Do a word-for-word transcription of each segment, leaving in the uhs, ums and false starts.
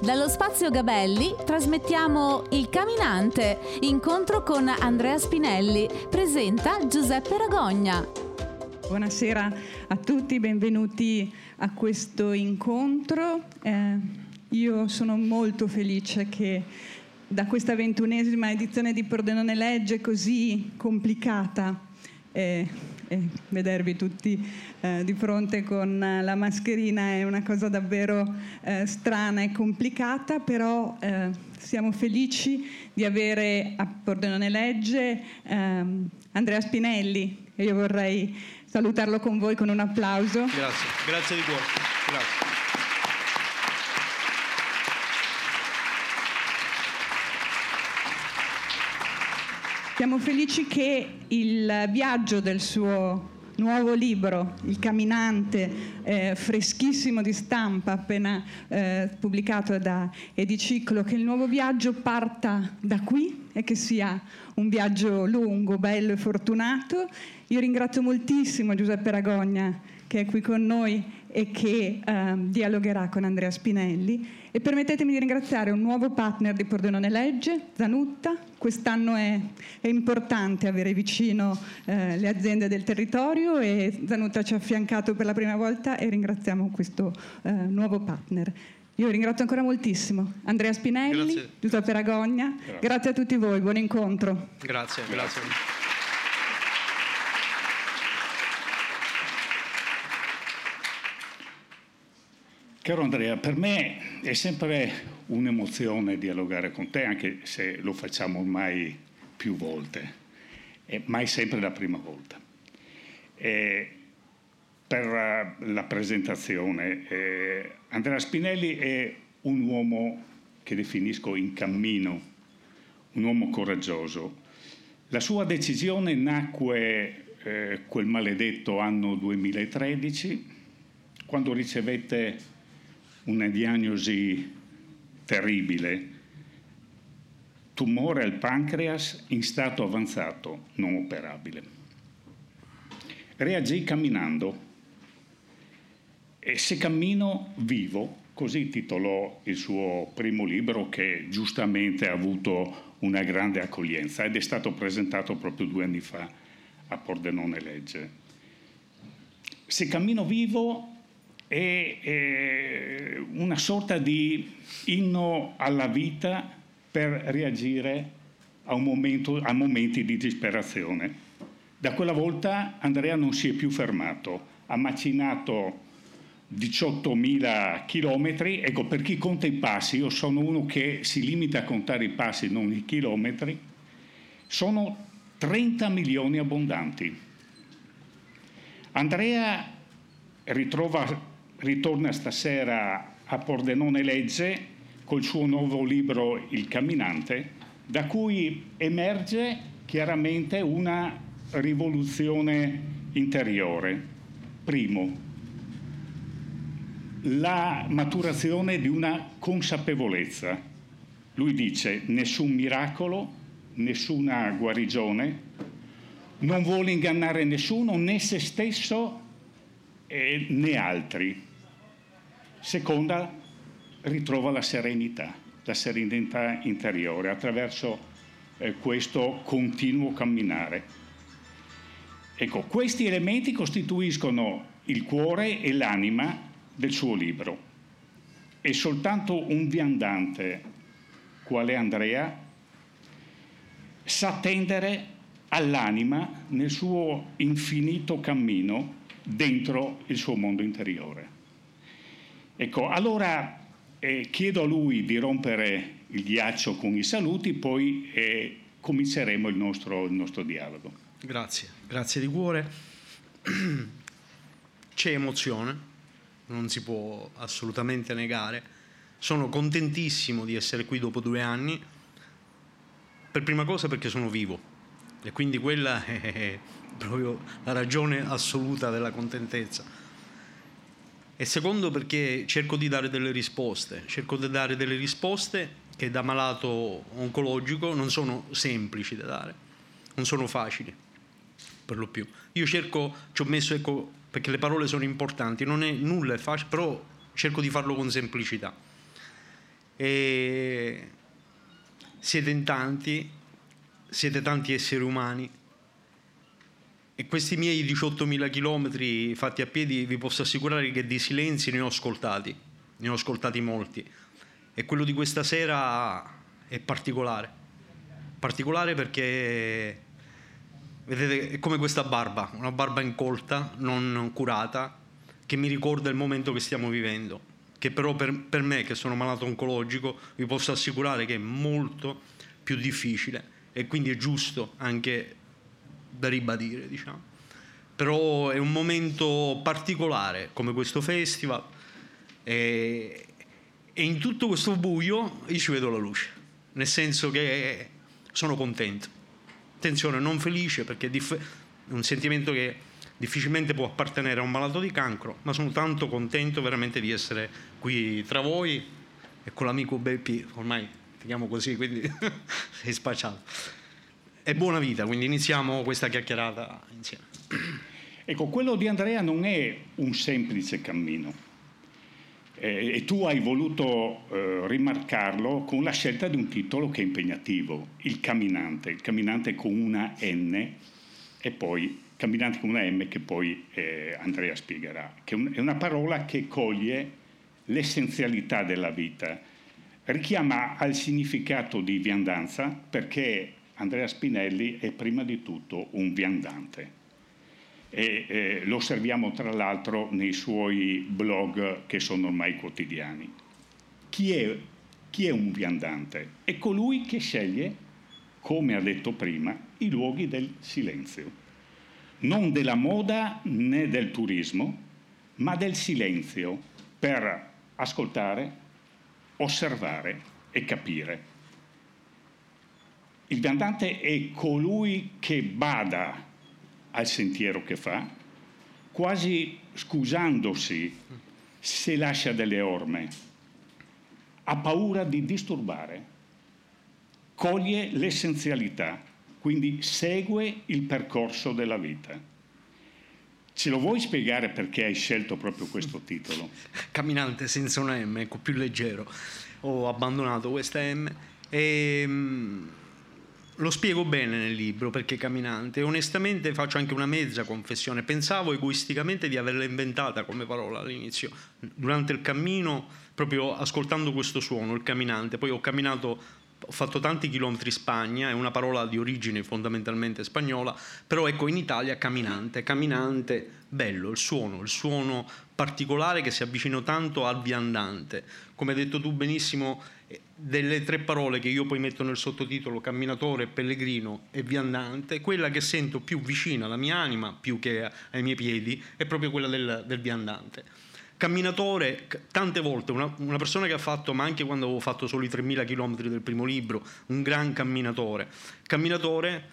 Dallo Spazio Gabelli trasmettiamo Il Camminante, incontro con Andrea Spinelli. Presenta Giuseppe Ragogna. Buonasera a tutti, benvenuti a questo incontro. Eh, io sono molto felice che da questa ventunesima edizione di Pordenone Legge così complicata, eh, eh, vedervi tutti eh, di fronte con la mascherina è una cosa davvero eh, strana e complicata, però eh, siamo felici di avere a Pordenone Legge ehm, Andrea Spinelli, e io vorrei salutarlo con voi con un applauso. Grazie, grazie di cuore. Grazie. Siamo felici che il viaggio del suo nuovo libro, Il Camminante, eh, freschissimo di stampa, appena eh, pubblicato da Ediciclo, che il nuovo viaggio parta da qui e che sia un viaggio lungo, bello e fortunato. Io ringrazio moltissimo Giuseppe Ragogna, che è qui con noi e che eh, dialogherà con Andrea Spinelli. E permettetemi di ringraziare un nuovo partner di Pordenone Legge, Zanutta. Quest'anno è, è importante avere vicino eh, le aziende del territorio e Zanutta ci ha affiancato per la prima volta e ringraziamo questo eh, nuovo partner. Io ringrazio ancora moltissimo Andrea Spinelli, grazie. Giuseppe Ragogna, grazie. Grazie a tutti voi, buon incontro. Grazie, grazie. Caro Andrea, per me è sempre un'emozione dialogare con te, anche se lo facciamo ormai più volte, e mai sempre la prima volta. E per la presentazione, eh, Andrea Spinelli è un uomo che definisco in cammino, un uomo coraggioso. La sua decisione nacque eh, quel maledetto anno duemilatredici, quando ricevette una diagnosi terribile, tumore al pancreas in stato avanzato, non operabile. Reagì camminando e Se cammino vivo, così titolò il suo primo libro, che giustamente ha avuto una grande accoglienza ed è stato presentato proprio due anni fa a Pordenone Legge. Se cammino vivo è, è una sorta di inno alla vita per reagire a, un momento, a momenti di disperazione. Da quella volta Andrea non si è più fermato, ha macinato diciottomila chilometri. Ecco, per chi conta i passi, io sono uno che si limita a contare i passi, non i chilometri, sono trenta milioni abbondanti. Andrea ritrova ritorna stasera a Pordenone Legge col suo nuovo libro Il Camminante, da cui emerge chiaramente una rivoluzione interiore. Primo, la maturazione di una consapevolezza. Lui dice: nessun miracolo, nessuna guarigione, non vuole ingannare nessuno, né se stesso eh, né altri. Seconda, ritrova la serenità, la serenità interiore attraverso eh, questo continuo camminare. Ecco, questi elementi costituiscono il cuore e l'anima del suo libro. E soltanto un viandante, quale Andrea, sa tendere all'anima nel suo infinito cammino dentro il suo mondo interiore. Ecco, allora eh, chiedo a lui di rompere il ghiaccio con i saluti, poi eh, cominceremo il nostro, il nostro dialogo. Grazie, grazie di cuore. C'è emozione, non si può assolutamente negare. Sono contentissimo di essere qui dopo due anni, per prima cosa perché sono vivo, e quindi quella è proprio la ragione assoluta della contentezza. E secondo, perché cerco di dare delle risposte, cerco di dare delle risposte che da malato oncologico non sono semplici da dare, non sono facili, per lo più. Io cerco, ci ho messo, ecco, perché le parole sono importanti, non è nulla è facile, però cerco di farlo con semplicità. E siete in tanti, siete tanti esseri umani, e questi miei diciottomila chilometri fatti a piedi vi posso assicurare che di silenzi ne ho ascoltati, ne ho ascoltati molti, e quello di questa sera è particolare, particolare perché vedete, è come questa barba, una barba incolta, non curata, che mi ricorda il momento che stiamo vivendo, che però per, per me, che sono malato oncologico, vi posso assicurare che è molto più difficile, e quindi è giusto anche da ribadire, diciamo. Però è un momento particolare come questo festival, e, e in tutto questo buio io ci vedo la luce, nel senso che sono contento. Attenzione, non felice, perché è un sentimento che difficilmente può appartenere a un malato di cancro, ma sono tanto contento veramente di essere qui tra voi e con l'amico Beppi, ormai chiamo così, quindi sei spacciato. È buona vita, quindi iniziamo questa chiacchierata insieme. Ecco, quello di Andrea non è un semplice cammino, eh, e tu hai voluto eh, rimarcarlo con la scelta di un titolo che è impegnativo, Il Camminante, il camminante con una N e poi camminante con una M, che poi eh, Andrea spiegherà, che è una parola che coglie l'essenzialità della vita, richiama al significato di viandanza, perché Andrea Spinelli è prima di tutto un viandante. E eh, lo osserviamo tra l'altro nei suoi blog, che sono ormai quotidiani. Chi è, chi è un viandante? È colui che sceglie, come ha detto prima, i luoghi del silenzio, non della moda né del turismo, ma del silenzio, per ascoltare, osservare e capire. Il viandante è colui che bada al sentiero che fa, quasi scusandosi se lascia delle orme, ha paura di disturbare, coglie l'essenzialità, quindi segue il percorso della vita. Ce lo vuoi spiegare perché hai scelto proprio questo titolo? Camminante senza una M, ecco, più leggero. Ho abbandonato questa M e mh, lo spiego bene nel libro perché camminante. Onestamente faccio anche una mezza confessione. Pensavo egoisticamente di averla inventata come parola all'inizio, durante il cammino, proprio ascoltando questo suono, il camminante. Poi ho camminato, ho fatto tanti chilometri in Spagna, è una parola di origine fondamentalmente spagnola, però ecco, in Italia camminante, camminante, bello, il suono, il suono particolare che si avvicina tanto al viandante. Come hai detto tu benissimo, delle tre parole che io poi metto nel sottotitolo, camminatore, pellegrino e viandante, quella che sento più vicina alla mia anima, più che ai miei piedi, è proprio quella del, del viandante. Camminatore, tante volte, una, una persona che ha fatto, ma anche quando avevo fatto solo i tremila chilometri del primo libro, un gran camminatore. Camminatore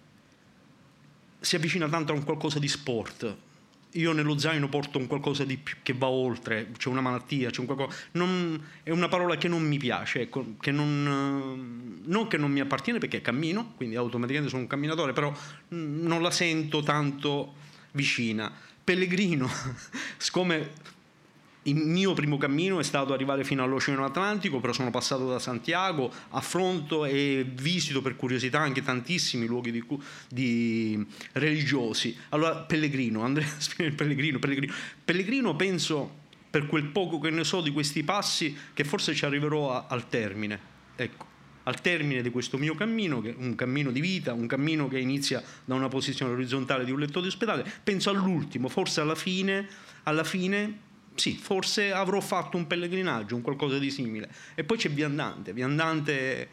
si avvicina tanto a un qualcosa di sport. Io nello zaino porto un qualcosa di più, che va oltre, c'è una malattia, c'è un qualcosa. Non, è una parola che non mi piace, ecco, che non, non che non mi appartiene perché cammino, quindi automaticamente sono un camminatore, però non la sento tanto vicina. Pellegrino, siccome il mio primo cammino è stato arrivare fino all'Oceano Atlantico, però sono passato da Santiago, affronto e visito per curiosità anche tantissimi luoghi di, di religiosi. Allora, pellegrino, Andrea Spinelli, pellegrino, pellegrino. Pellegrino penso, per quel poco che ne so di questi passi, che forse ci arriverò a, al termine, ecco, al termine di questo mio cammino, che è un cammino di vita, un cammino che inizia da una posizione orizzontale di un letto di ospedale, penso all'ultimo, forse alla fine, alla fine sì, forse avrò fatto un pellegrinaggio, un qualcosa di simile. E poi c'è viandante, viandante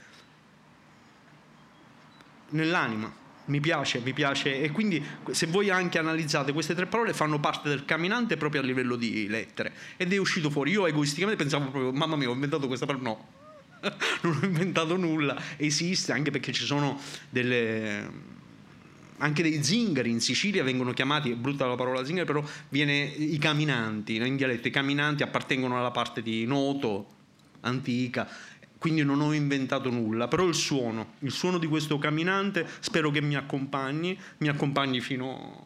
nell'anima, mi piace, mi piace. E quindi se voi anche analizzate, queste tre parole fanno parte del camminante proprio a livello di lettere. Ed è uscito fuori, io egoisticamente pensavo proprio, mamma mia, ho inventato questa parola, no, non ho inventato nulla, esiste, anche perché ci sono delle... anche dei zingari in Sicilia vengono chiamati, è brutta la parola zingari, però viene i camminanti, in dialetto i camminanti appartengono alla parte di Noto, antica, quindi non ho inventato nulla, però il suono, il suono di questo camminante spero che mi accompagni, mi accompagni fino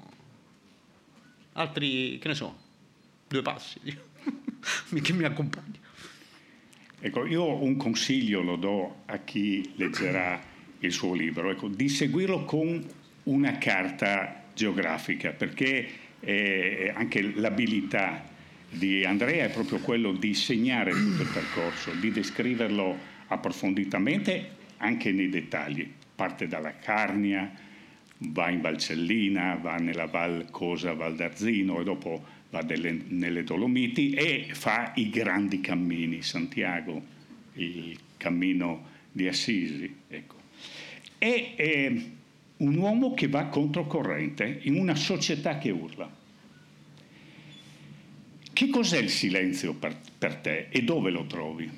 altri, che ne so, due passi, che mi accompagni. Ecco, io un consiglio lo do a chi leggerà il suo libro, ecco, di seguirlo con una carta geografica, perché eh, anche l'abilità di Andrea è proprio quello di segnare tutto il percorso, di descriverlo approfonditamente anche nei dettagli. Parte dalla Carnia, va in Valcellina, va nella Val Cosa, Val d'Arzino e dopo va delle, nelle Dolomiti e fa i grandi cammini, Santiago, il cammino di Assisi. Ecco. È, è un uomo che va controcorrente in una società che urla. Che cos'è il silenzio per, per te e dove lo trovi?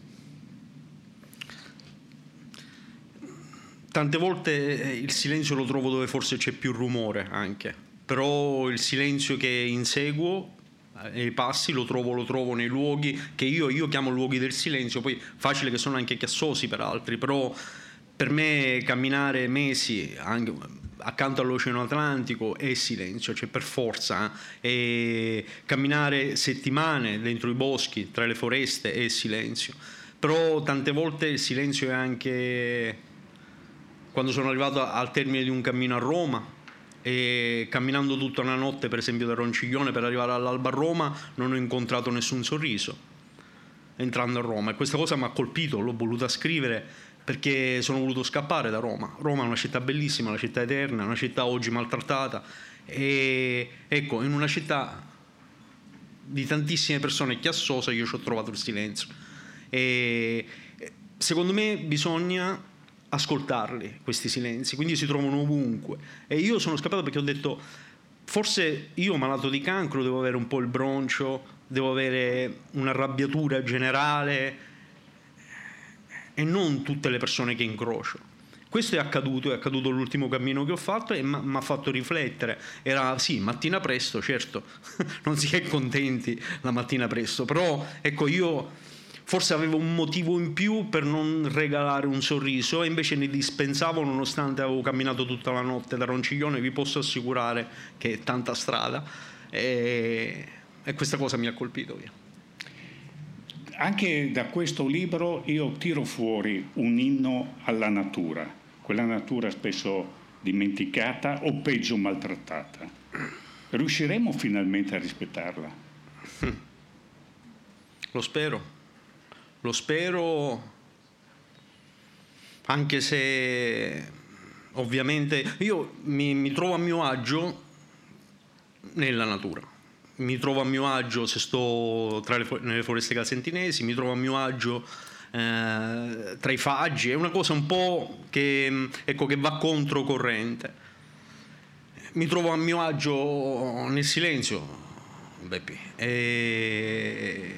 Tante volte il silenzio lo trovo dove forse c'è più rumore anche, però il silenzio che inseguo i passi lo trovo, lo trovo nei luoghi che io, io chiamo luoghi del silenzio, poi facile che sono anche chiassosi per altri, però per me camminare mesi anche accanto all'Oceano Atlantico è silenzio, cioè per forza, eh? E camminare settimane dentro i boschi, tra le foreste è silenzio, però tante volte il silenzio è anche quando sono arrivato al termine di un cammino a Roma e camminando tutta una notte per esempio da Ronciglione per arrivare all'alba a Roma non ho incontrato nessun sorriso entrando a Roma e questa cosa mi ha colpito, l'ho voluta scrivere perché sono voluto scappare da Roma. Roma è una città bellissima, una città eterna, una città oggi maltrattata e ecco, in una città di tantissime persone chiassose io ci ho trovato il silenzio e secondo me bisogna ascoltarli questi silenzi, quindi si trovano ovunque e io sono scappato perché ho detto forse io malato di cancro devo avere un po' il broncio, devo avere un'arrabbiatura generale e non tutte le persone che incrocio. Questo è accaduto, è accaduto l'ultimo cammino che ho fatto e mi ha fatto riflettere. Era sì, mattina presto, certo, non si è contenti la mattina presto, però ecco io forse avevo un motivo in più per non regalare un sorriso e invece ne dispensavo nonostante avevo camminato tutta la notte da Ronciglione, vi posso assicurare che è tanta strada e, e questa cosa mi ha colpito via. Anche da questo libro io tiro fuori un inno alla natura, quella natura spesso dimenticata o peggio maltrattata. Riusciremo finalmente a rispettarla? Lo spero, lo spero, anche se ovviamente io mi, mi trovo a mio agio nella natura. Mi trovo a mio agio se sto tra le, nelle foreste casentinesi, mi trovo a mio agio eh, tra i faggi, è una cosa un po' che, ecco, che va controcorrente. Mi trovo a mio agio nel silenzio, Beppi, e,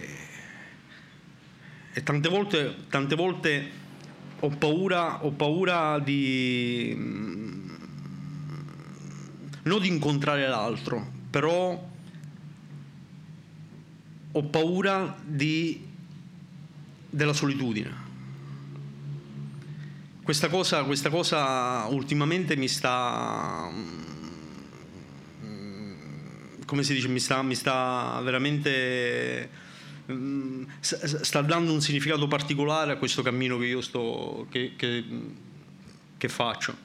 e tante volte, tante volte ho paura, ho paura di non di incontrare l'altro, però ho paura di, della solitudine. Questa cosa, questa cosa ultimamente mi sta, come si dice, mi sta, mi sta veramente, sta dando un significato particolare a questo cammino che io sto, che, che, che faccio.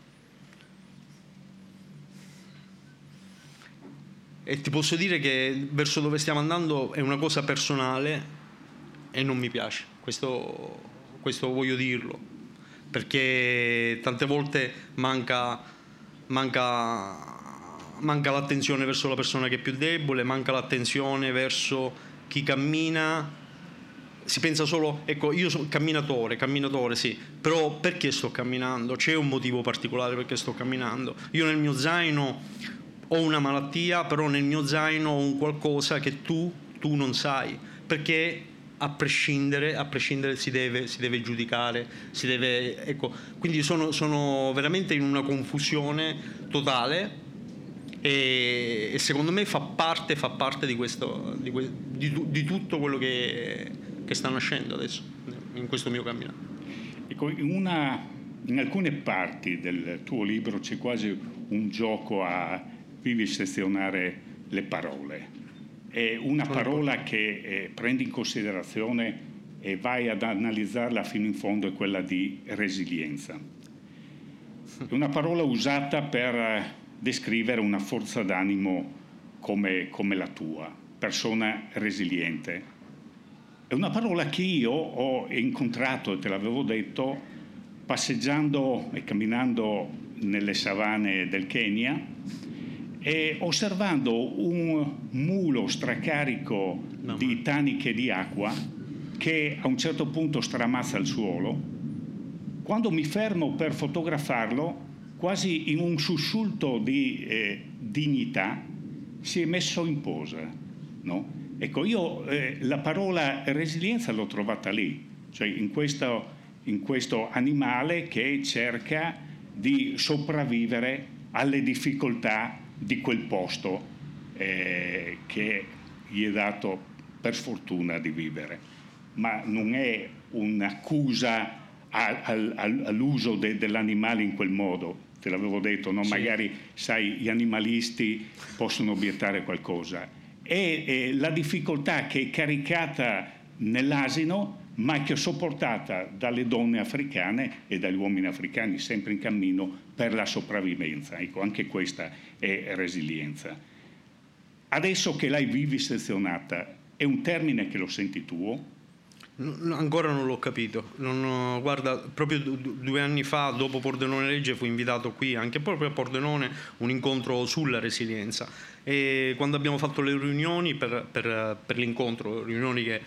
E ti posso dire che verso dove stiamo andando è una cosa personale e non mi piace, questo, questo voglio dirlo, perché tante volte manca, manca, manca l'attenzione verso la persona che è più debole, manca l'attenzione verso chi cammina, si pensa solo, ecco, io sono camminatore, camminatore sì, però perché sto camminando? C'è un motivo particolare perché sto camminando. Io nel mio zaino ho una malattia, però nel mio zaino ho un qualcosa che tu, tu non sai, perché a prescindere, a prescindere si deve, si deve giudicare, si deve, ecco, quindi sono, sono veramente in una confusione totale e, e secondo me fa parte, fa parte di, questo, di, di, di tutto quello che, che sta nascendo adesso, in questo mio cammino. Ecco, in, una, in alcune parti del tuo libro c'è quasi un gioco a vivisezionare le parole. È una parola che eh, prende in considerazione e vai ad analizzarla fino in fondo è quella di resilienza. È una parola usata per descrivere una forza d'animo come, come la tua, persona resiliente. È una parola che io ho incontrato, e te l'avevo detto, passeggiando e camminando nelle savane del Kenya e osservando un mulo stracarico no, di taniche di acqua che a un certo punto stramazza il suolo. Quando mi fermo per fotografarlo, quasi in un sussulto di eh, dignità, si è messo in posa, no? Ecco, io eh, la parola resilienza l'ho trovata lì, cioè in questo, in questo animale che cerca di sopravvivere alle difficoltà di quel posto eh, che gli è dato per sfortuna di vivere. Ma non è un'accusa all'uso de, dell'animale in quel modo, te l'avevo detto, no? Sì. Magari, sai, gli animalisti possono obiettare qualcosa. È, è la difficoltà che è caricata nell'asino, ma che è sopportata dalle donne africane e dagli uomini africani, sempre in cammino per la sopravvivenza. Ecco, anche questa è resilienza. Adesso che l'hai vivisezionata, è un termine che lo senti tuo? No, ancora non l'ho capito. Non, guarda, proprio due anni fa, dopo Pordenone Legge, fui invitato qui, anche proprio a Pordenone, un incontro sulla resilienza. E quando abbiamo fatto le riunioni per, per, per l'incontro, riunioni che,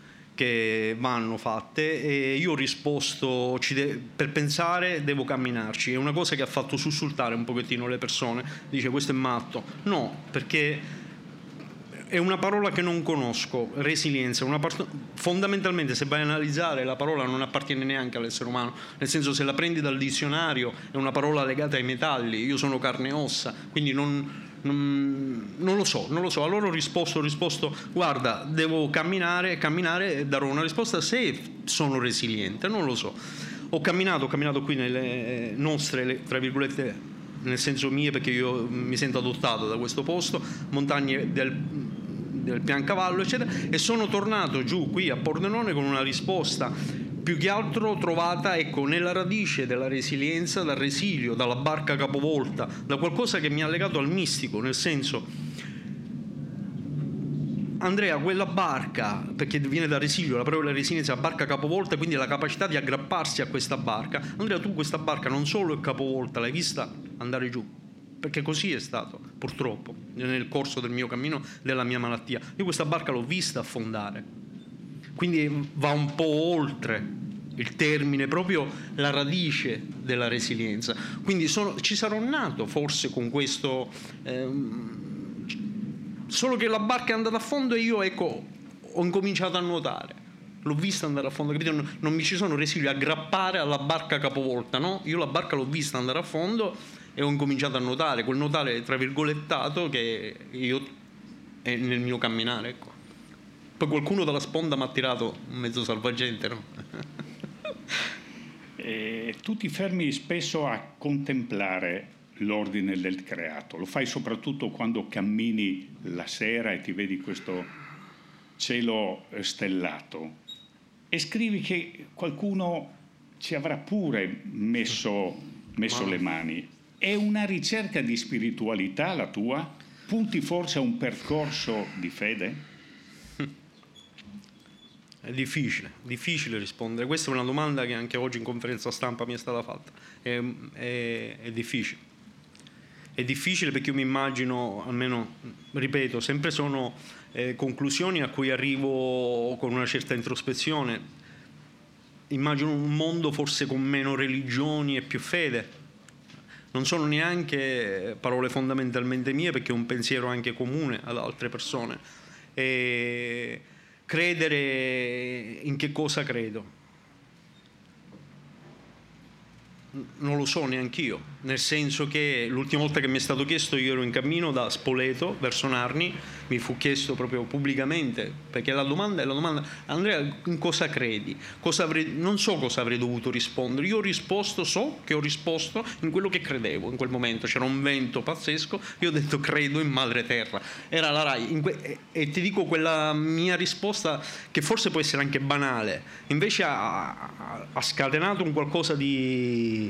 che vanno fatte, e io ho risposto: ci de- per pensare devo camminarci. È una cosa che ha fatto sussultare un pochettino le persone. Dice: questo è matto. No, perché è una parola che non conosco, resilienza. Una part- fondamentalmente, se vai a analizzare, la parola non appartiene neanche all'essere umano, nel senso, se la prendi dal dizionario è una parola legata ai metalli. Io sono carne e ossa, quindi non, non, non lo so, non lo so. Allora ho risposto, ho risposto, guarda, devo camminare, camminare e darò una risposta se sono resiliente, non lo so. Ho camminato, ho camminato qui nelle nostre, le, tra virgolette, nel senso mie, perché io mi sento adottato da questo posto, montagne del, del Piancavallo, eccetera, e sono tornato giù qui a Pordenone con una risposta più che altro trovata, ecco, nella radice della resilienza, dal resilio, dalla barca capovolta, da qualcosa che mi ha legato al mistico, nel senso: Andrea, quella barca, perché viene da resilio, la parola resilienza, la barca capovolta, quindi la capacità di aggrapparsi a questa barca. Andrea, tu questa barca non solo è capovolta, l'hai vista andare giù, perché così è stato, purtroppo, nel corso del mio cammino, della mia malattia. Io questa barca l'ho vista affondare, quindi va un po' oltre il termine, proprio la radice della resilienza. Quindi sono, ci sarò nato forse con questo, ehm, solo che la barca è andata a fondo e io, ecco, ho incominciato a nuotare. L'ho vista andare a fondo, capito? Non, non mi ci sono resili aggrappare alla barca capovolta, no? Io la barca l'ho vista andare a fondo e ho incominciato a nuotare, quel nuotare tra virgolettato che io è nel mio camminare, ecco. Poi qualcuno dalla sponda mi ha tirato mezzo salvagente, no? E tu ti fermi spesso a contemplare l'ordine del creato, lo fai soprattutto quando cammini la sera e ti vedi questo cielo stellato, e scrivi che qualcuno ci avrà pure messo, messo le mani. È una ricerca di spiritualità la tua? Punti forse a un percorso di fede? È difficile, difficile rispondere. Questa è una domanda che anche oggi in conferenza stampa mi è stata fatta. È, è, è difficile. È difficile perché io mi immagino, almeno, ripeto, sempre sono eh, conclusioni a cui arrivo con una certa introspezione. Immagino un mondo forse con meno religioni e più fede. Non sono neanche parole fondamentalmente mie, perché è un pensiero anche comune ad altre persone. E credere in che cosa credo? Non lo so neanch'io. nel senso che l'ultima volta che mi è stato chiesto, io ero in cammino da Spoleto verso Narni, mi fu chiesto proprio pubblicamente, perché la domanda è la domanda: Andrea, in cosa credi? Cosa avrei, non so cosa avrei dovuto rispondere, io ho risposto, so che ho risposto in quello che credevo in quel momento, c'era un vento pazzesco, io ho detto credo in madre terra, era la RAI, in que- e, e ti dico, quella mia risposta, che forse può essere anche banale, invece ha, ha scatenato un qualcosa di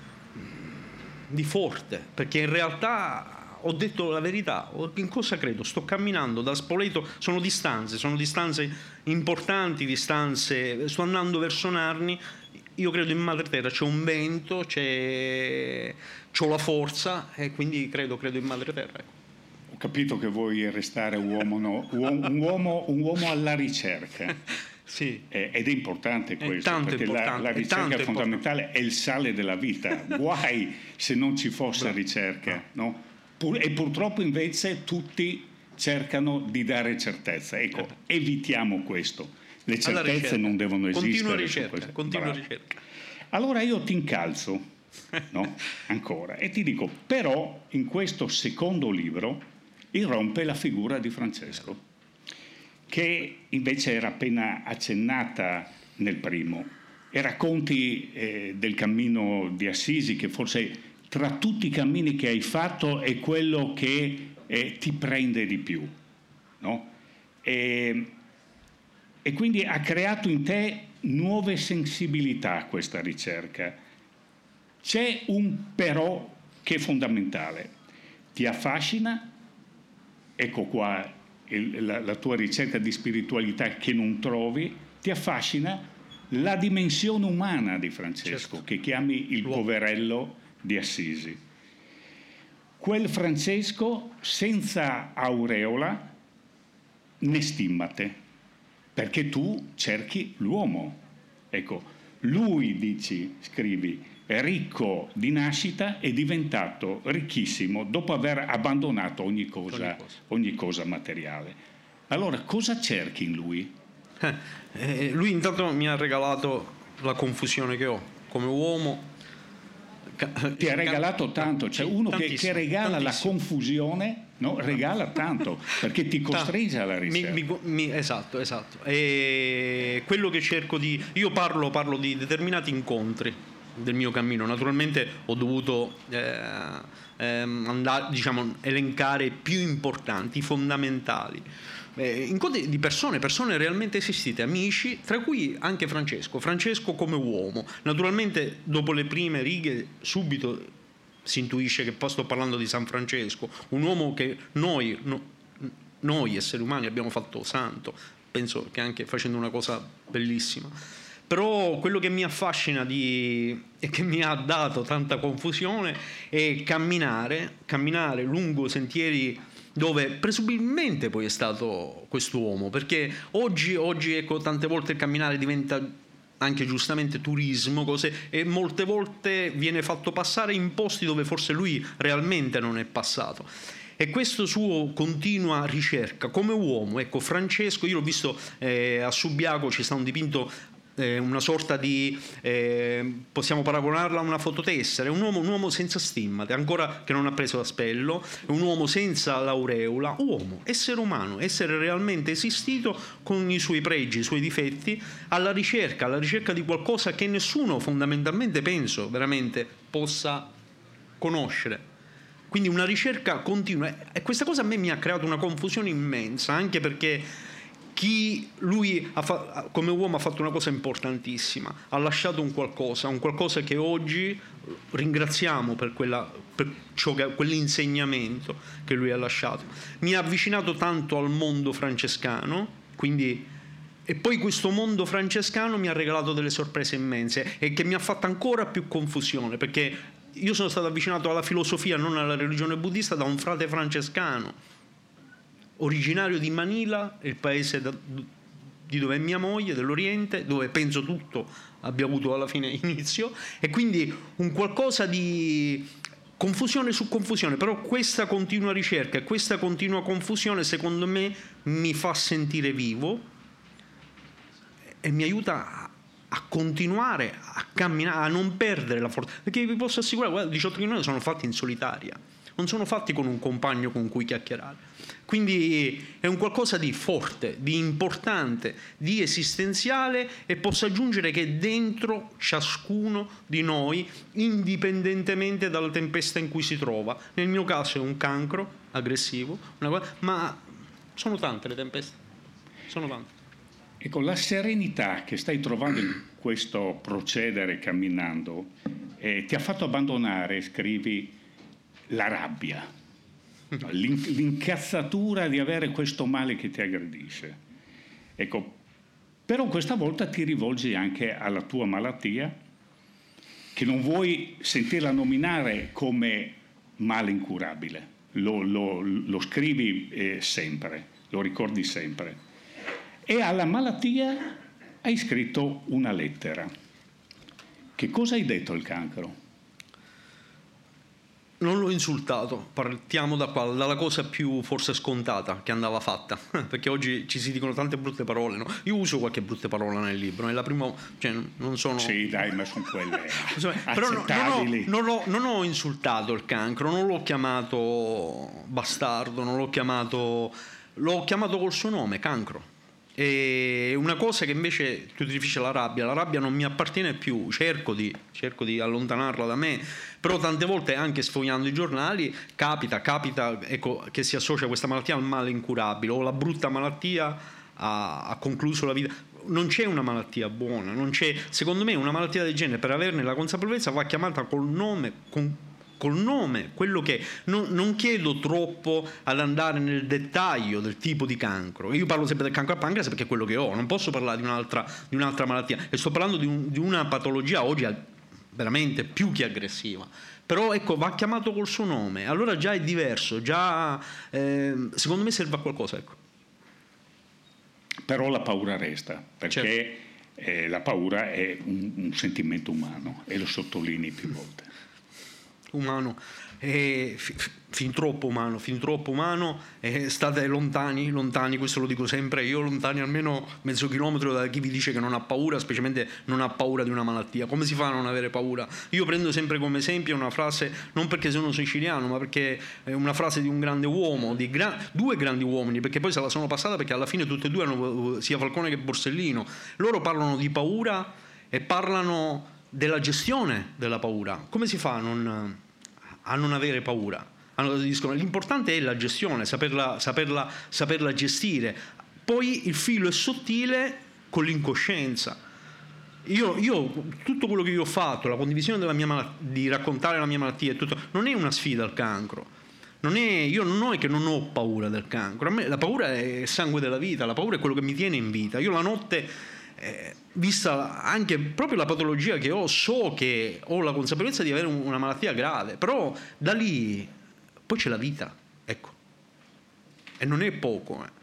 di forte, perché in realtà ho detto la verità. In cosa credo? Sto camminando da Spoleto, sono distanze, sono distanze importanti, distanze, sto andando verso Narni, io credo in madre terra, c'è un vento, c'è, c'ho la forza e quindi credo, credo in madre terra. Ecco. Ho capito che vuoi restare uomo, no? uomo, un, uomo, un uomo alla ricerca. Sì. Eh, ed è importante questo, è perché importante, la, la ricerca è, è fondamentale, è il sale della vita. Guai se non ci fosse Bravo. ricerca, no? Pur, e purtroppo invece tutti cercano di dare certezza. Ecco, evitiamo questo. Le certezze non devono esistere. Continua ricerca, continua ricerca. Allora io ti incalzo, no? Ancora, e ti dico, però in questo secondo libro irrompe la figura di Francesco, che invece era appena accennata nel primo, e racconti eh, del cammino di Assisi, che forse tra tutti i cammini che hai fatto è quello che eh, ti prende di più, no? E, e quindi ha creato in te nuove sensibilità questa ricerca. C'è un però che è fondamentale, ti affascina, ecco qua La, la tua ricerca di spiritualità che non trovi, ti affascina la dimensione umana di Francesco, certo. che chiami il poverello di Assisi. Quel Francesco senza aureola né stimmate, perché tu cerchi l'uomo. Ecco, lui, dici, scrivi, è ricco di nascita, è diventato ricchissimo dopo aver abbandonato ogni cosa, ogni cosa. Ogni cosa materiale. Allora, cosa cerchi in lui? Eh, eh, lui intanto mi ha regalato la confusione che ho come uomo. Ti ha regalato tanto, c'è cioè uno che, che regala tantissimo. La confusione, no? Regala tanto, perché ti costringe alla ricerca. Mi, mi, mi, esatto, esatto. E quello che cerco di... Io parlo, parlo di determinati incontri del mio cammino. Naturalmente ho dovuto eh, ehm, andare, diciamo, elencare più importanti, fondamentali. Eh, incontri di persone, persone realmente esistite, amici, tra cui anche Francesco. Francesco come uomo. Naturalmente dopo le prime righe subito si intuisce che poi sto parlando di San Francesco, un uomo che noi, no, noi esseri umani abbiamo fatto santo, penso che anche facendo una cosa bellissima. Però quello che mi affascina di, e che mi ha dato tanta confusione è camminare, camminare lungo sentieri dove presumibilmente poi è stato quest'uomo, perché oggi, oggi ecco, tante volte il camminare diventa anche giustamente turismo, cose, e molte volte viene fatto passare in posti dove forse lui realmente non è passato. E questo suo continua ricerca come uomo, ecco, Francesco, io l'ho visto eh, a Subiaco, ci sta un dipinto, una sorta di, eh, possiamo paragonarla a una fototessera, è un uomo, un uomo senza stimmate, ancora che non ha preso l'aspello, è un uomo senza l'aureola, uomo, essere umano, essere realmente esistito con i suoi pregi, i suoi difetti, alla ricerca, alla ricerca di qualcosa che nessuno fondamentalmente, penso, veramente possa conoscere. Quindi una ricerca continua, e questa cosa a me mi ha creato una confusione immensa, anche perché chi lui ha fa- come uomo ha fatto una cosa importantissima, ha lasciato un qualcosa, un qualcosa che oggi ringraziamo per, quella, per ciò che, quell'insegnamento che lui ha lasciato. Mi ha avvicinato tanto al mondo francescano, quindi, e poi questo mondo francescano mi ha regalato delle sorprese immense e che mi ha fatto ancora più confusione, perché io sono stato avvicinato alla filosofia, non alla religione buddista, da un frate francescano originario di Manila, il paese da, di dove è mia moglie, dell'Oriente, dove penso tutto abbia avuto alla fine inizio, e quindi un qualcosa di confusione su confusione, però questa continua ricerca e questa continua confusione secondo me mi fa sentire vivo e mi aiuta a continuare a camminare, a non perdere la forza, perché vi posso assicurare, guarda, diciotto chilometri sono fatti in solitaria, non sono fatti con un compagno con cui chiacchierare, quindi è un qualcosa di forte, di importante, di esistenziale, e posso aggiungere che dentro ciascuno di noi, indipendentemente dalla tempesta in cui si trova, nel mio caso è un cancro aggressivo, una cosa, ma sono tante le tempeste, sono tante. Ecco, la serenità che stai trovando in questo procedere camminando eh, ti ha fatto abbandonare, scrivi, la rabbia, l'in- l'incazzatura di avere questo male che ti aggredisce. Ecco, però questa volta ti rivolgi anche alla tua malattia, che non vuoi sentirla nominare come male incurabile, lo, lo, lo scrivi eh, sempre, lo ricordi sempre. E alla malattia hai scritto una lettera. Che cosa hai detto al cancro? Non l'ho insultato, partiamo da qua, dalla cosa più forse scontata che andava fatta, perché oggi ci si dicono tante brutte parole, no? Io uso qualche brutta parola nel libro, è la prima, cioè non sono... Sì, dai, ma sono quelle però no, accettabili. Non ho, non, ho, non ho insultato il cancro, non l'ho chiamato bastardo, non l'ho chiamato... l'ho chiamato col suo nome, cancro. E una cosa che invece tu ti riferisci alla rabbia, la rabbia non mi appartiene più, cerco di, cerco di allontanarla da me, però tante volte anche sfogliando i giornali capita, capita ecco, che si associa questa malattia al male incurabile, o la brutta malattia ha, ha concluso la vita. Non c'è una malattia buona, non c'è, secondo me una malattia del genere, per averne la consapevolezza, va chiamata col nome, con col nome, quello che non, non chiedo troppo ad andare nel dettaglio del tipo di cancro. Io parlo sempre del cancro al pancreas perché è quello che ho, non posso parlare di un'altra, di un'altra malattia, e sto parlando di, un, di una patologia oggi veramente più che aggressiva, però ecco, va chiamato col suo nome, allora già è diverso, già eh, secondo me serve a qualcosa, ecco. Però la paura resta, perché certo. eh, la paura è un, un sentimento umano, e lo sottolinei più volte. Umano, eh, f- fin troppo umano, fin troppo umano, eh, state lontani, lontani, questo lo dico sempre io, lontani almeno mezzo chilometro da chi vi dice che non ha paura, specialmente non ha paura di una malattia. Come si fa a non avere paura? Io prendo sempre come esempio una frase, non perché sono siciliano, ma perché è una frase di un grande uomo, di gra- due grandi uomini, perché poi se la sono passata perché alla fine tutti e due hanno, sia Falcone che Borsellino, loro parlano di paura e parlano della gestione della paura. Come si fa a non, a non avere paura? L'importante è la gestione, saperla, saperla, saperla gestire. Poi il filo è sottile con l'incoscienza. Io, io tutto quello che io ho fatto, la condivisione della mia malattia, di raccontare la mia malattia e tutto, non è una sfida al cancro. Non è, io non è che non ho paura del cancro. A me la paura è il sangue della vita, la paura è quello che mi tiene in vita. Io la notte, Eh, vista anche proprio la patologia che ho, so che ho la consapevolezza di avere un, una malattia grave, però da lì poi c'è la vita, ecco, e non è poco, eh.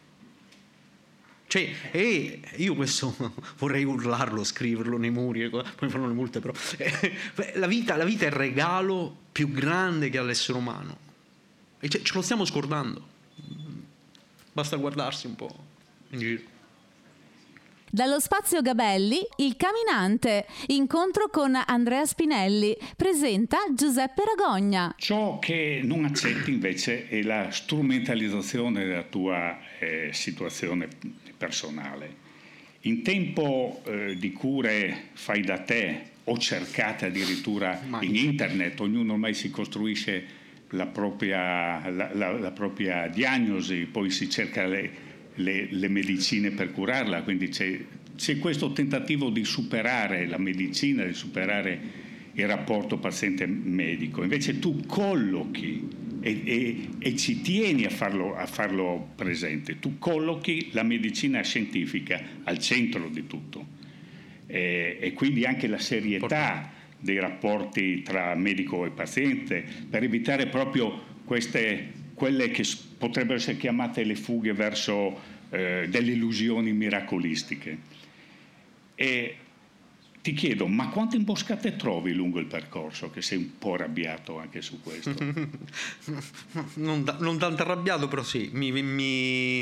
Cioè, e io questo vorrei urlarlo, scriverlo nei muri, poi fanno le multe, però eh, la vita, la vita è il regalo più grande che ha l'essere umano, e ce, ce lo stiamo scordando, basta guardarsi un po' in giro. Dallo Spazio Gabelli, Il Camminante, incontro con Andrea Spinelli, presenta Giuseppe Ragogna. Ciò che non accetti invece è la strumentalizzazione della tua eh, situazione personale. In tempo eh, di cure fai da te o cercate addirittura Mai. in internet, ognuno ormai si costruisce la propria, la, la, la propria diagnosi, poi si cerca le Le, le medicine per curarla, quindi c'è, c'è questo tentativo di superare la medicina, di superare il rapporto paziente-medico. Invece tu collochi e, e, e ci tieni a farlo, a farlo presente, tu collochi la medicina scientifica al centro di tutto, e, e quindi anche la serietà dei rapporti tra medico e paziente, per evitare proprio queste quelle che potrebbero essere chiamate le fughe verso eh, delle illusioni miracolistiche. E ti chiedo, ma quante imboscate trovi lungo il percorso, che sei un po' arrabbiato anche su questo? non, non tanto arrabbiato, però sì, mi, mi,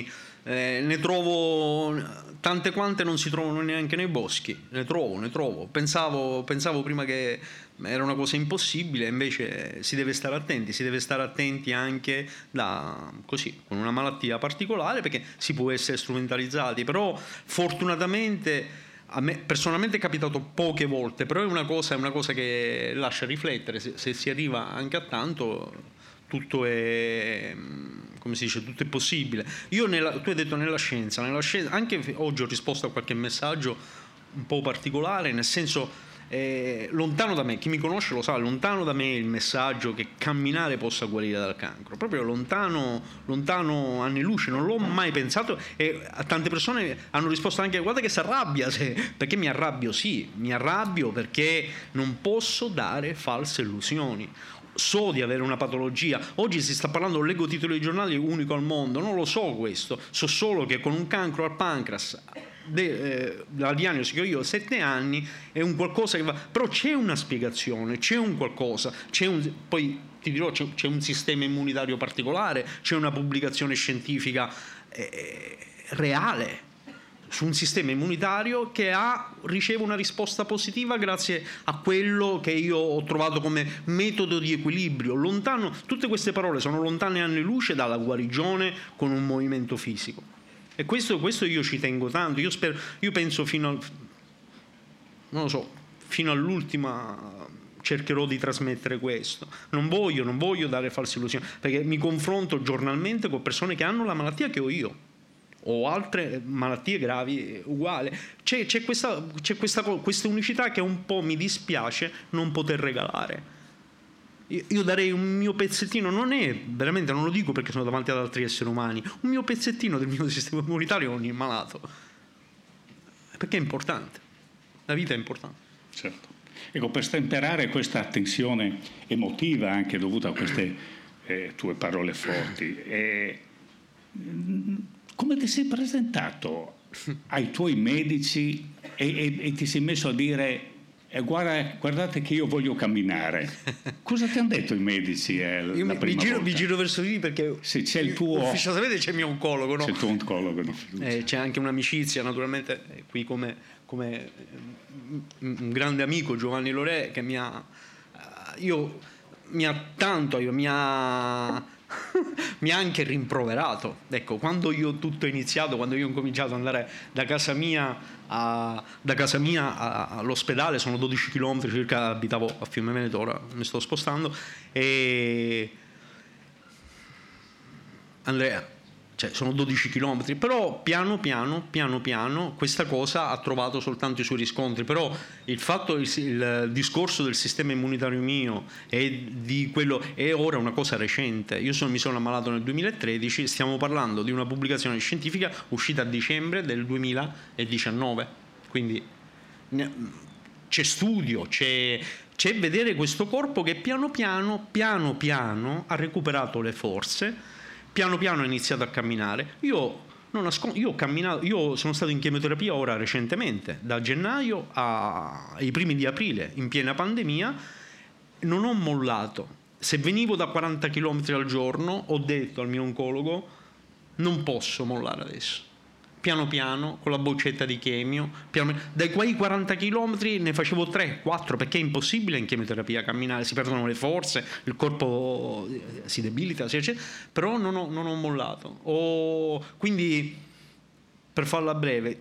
eh, ne trovo tante quante non si trovano neanche nei boschi, ne trovo, ne trovo. Pensavo, pensavo prima che era una cosa impossibile, invece si deve stare attenti, si deve stare attenti anche da, così, con una malattia particolare, perché si può essere strumentalizzati, però fortunatamente a me personalmente è capitato poche volte, però è una cosa, è una cosa che lascia riflettere, se, se si arriva anche a tanto, tutto è, come si dice, tutto è possibile. Io nella, tu hai detto nella scienza, nella scienza, anche oggi ho risposto a qualche messaggio un po' particolare, nel senso, eh, lontano da me, chi mi conosce lo sa, lontano da me il messaggio che camminare possa guarire dal cancro, proprio lontano, lontano anni luce, non l'ho mai pensato, e a tante persone hanno risposto anche: guarda che si arrabbia, se, perché mi arrabbio? Sì, mi arrabbio perché non posso dare false illusioni. So di avere una patologia, oggi si sta parlando, leggo titoli di giornali, unico al mondo, non lo so questo, so solo che con un cancro al pancreas, De, eh, la diagnosi che ho io, sette anni, è un qualcosa che va, però c'è una spiegazione, c'è un qualcosa, c'è un, poi ti dirò, c'è, c'è un sistema immunitario particolare, c'è una pubblicazione scientifica eh, reale su un sistema immunitario che ha, riceve una risposta positiva grazie a quello che io ho trovato come metodo di equilibrio. Lontano, tutte queste parole sono lontane anni luce dalla guarigione con un movimento fisico. E questo, questo io ci tengo tanto, io, spero, io penso fino al, non lo so, fino all'ultima cercherò di trasmettere questo. Non voglio, non voglio dare false illusioni, perché mi confronto giornalmente con persone che hanno la malattia che ho io, o altre malattie gravi uguali. C'è, c'è, questa, c'è questa, questa unicità che un po' mi dispiace non poter regalare. Io darei un mio pezzettino, non è veramente, non lo dico perché sono davanti ad altri esseri umani, un mio pezzettino del mio sistema immunitario a ogni malato, perché è importante, la vita è importante. Certo. Ecco, per stemperare questa tensione emotiva anche dovuta a queste eh, tue parole forti, eh, come ti sei presentato ai tuoi medici e, e, e ti sei messo a dire: E guarda, guardate che io voglio camminare? Cosa ti hanno detto i medici? Eh, io mi, mi, giro, mi giro verso lì perché se c'è il tuo ufficiosamente c'è il mio oncologo, no? C'è il tuo oncologo di fiducia. Eh, c'è anche un'amicizia, naturalmente, qui come, come un grande amico, Giovanni Lorè, che mi ha, io, mi ha tanto, io, mi ha mi ha anche rimproverato. Ecco, quando io tutto è iniziato, quando io ho cominciato ad andare da casa mia a, da casa mia a, all'ospedale, sono dodici chilometri circa, abitavo a Fiume Veneto, ora mi sto spostando, e Andrea, cioè sono dodici chilometri, però piano piano, piano piano questa cosa ha trovato soltanto i suoi riscontri. Però il fatto, il, il discorso del sistema immunitario mio e di quello è ora una cosa recente. Io sono, mi sono ammalato nel duemilatredici, stiamo parlando di una pubblicazione scientifica uscita a dicembre del duemiladiciannove, quindi c'è studio, c'è, c'è vedere questo corpo che piano piano, piano piano ha recuperato le forze. Piano piano ho iniziato a camminare. Io, non nascondo, io ho camminato, io sono stato in chemioterapia ora recentemente, da gennaio a, ai primi di aprile, in piena pandemia, non ho mollato. Se venivo da quaranta chilometri al giorno, ho detto al mio oncologo: non posso mollare adesso. Piano piano, con la boccetta di chemio, piano, dai quei quaranta chilometri ne facevo tre, quattro, perché è impossibile in chemioterapia camminare, si perdono le forze, il corpo si debilita, eccetera. Però non ho, non ho mollato. Ho, quindi, per farla breve,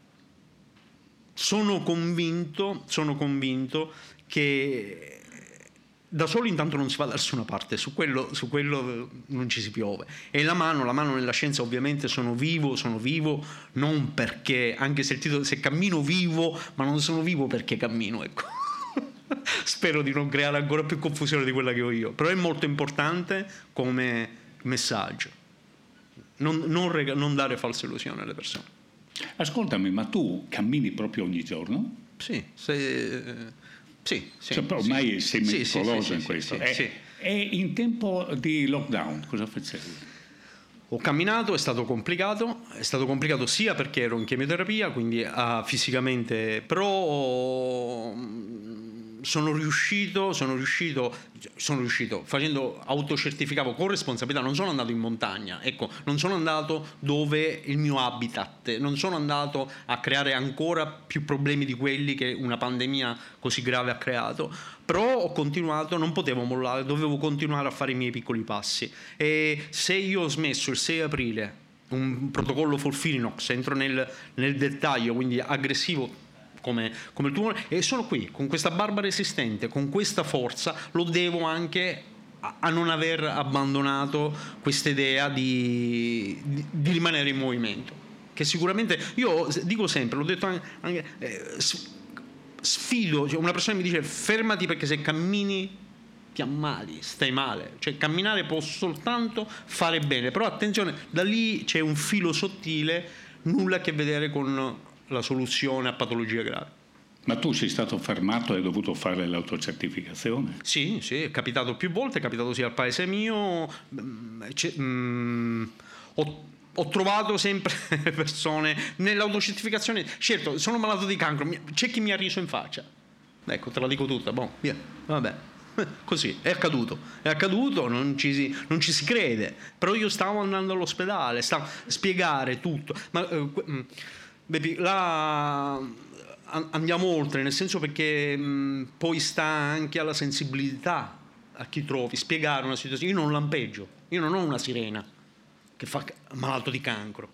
sono convinto, sono convinto che da solo intanto non si va da nessuna parte, su quello, su quello non ci si piove. E la mano, la mano nella scienza, ovviamente sono vivo, sono vivo non perché, anche se il titolo, se cammino vivo, ma non sono vivo perché cammino, ecco. Spero di non creare ancora più confusione di quella che ho io, però è molto importante come messaggio, non, non, rega, non dare false illusioni alle persone. Ascoltami, ma tu cammini proprio ogni giorno? Sì, se... Sì, sì, cioè, ormai sì, sei meticoloso sì, sì, in sì, questo. Sì, e, sì. e in tempo di lockdown cosa facevi? Ho camminato, è stato complicato, è stato complicato sia perché ero in chemioterapia, quindi uh, fisicamente, però sono riuscito, sono riuscito, sono riuscito facendo, autocertificavo con responsabilità, non sono andato in montagna, ecco, non sono andato dove il mio habitat, non sono andato a creare ancora più problemi di quelli che una pandemia così grave ha creato, però ho continuato, non potevo mollare, dovevo continuare a fare i miei piccoli passi. E se io ho smesso il sei aprile un protocollo Folfirinox, entro nel, nel dettaglio, quindi aggressivo Come, come il tumore, e sono qui con questa barba resistente, con questa forza, lo devo anche a, a non aver abbandonato questa idea di, di, di rimanere in movimento, che sicuramente, io dico sempre, l'ho detto anche, anche eh, sfido, cioè una persona mi dice fermati perché se cammini ti ammali, stai male, cioè camminare può soltanto fare bene, però attenzione, da lì c'è un filo sottile, nulla a che vedere con la soluzione a patologie gravi. Ma tu sei stato fermato e hai dovuto fare l'autocertificazione? Sì, sì, è capitato più volte, è capitato sia al paese mio, mm, ho, ho trovato sempre persone nell'autocertificazione, certo, sono malato di cancro, c'è chi mi ha riso in faccia, ecco, te la dico tutta, boh, via, vabbè. Così, è accaduto, è accaduto, non ci, si, non ci si crede, però io stavo andando all'ospedale, stavo a spiegare tutto, ma eh, Bepi, là andiamo oltre, nel senso perché mh, poi sta anche alla sensibilità a chi trovi, spiegare una situazione. Io non lampeggio, io non ho una sirena che fa malato di cancro,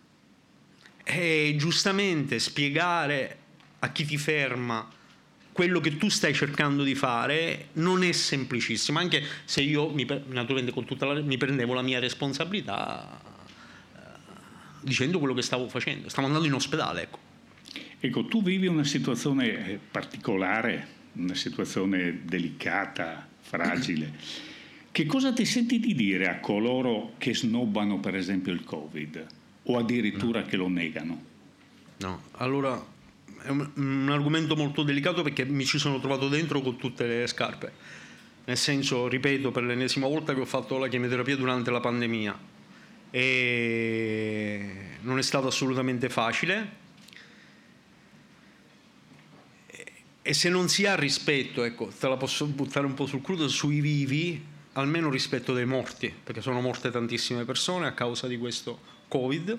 e giustamente spiegare a chi ti ferma quello che tu stai cercando di fare non è semplicissimo, anche se io mi, naturalmente con tutta la, mi prendevo la mia responsabilità dicendo quello che stavo facendo, stavo andando in ospedale, ecco. Ecco, tu vivi una situazione particolare, una situazione delicata, fragile. Che cosa ti senti di dire a coloro che snobbano per esempio il Covid o addirittura no. che lo negano? No, allora è un, un argomento molto delicato perché mi ci sono trovato dentro con tutte le scarpe, nel senso, ripeto per l'ennesima volta, che ho fatto la chemioterapia durante la pandemia e non è stato assolutamente facile, e se non si ha rispetto, ecco, te la posso buttare un po' sul crudo, sui vivi, almeno rispetto dei morti, perché sono morte tantissime persone a causa di questo Covid.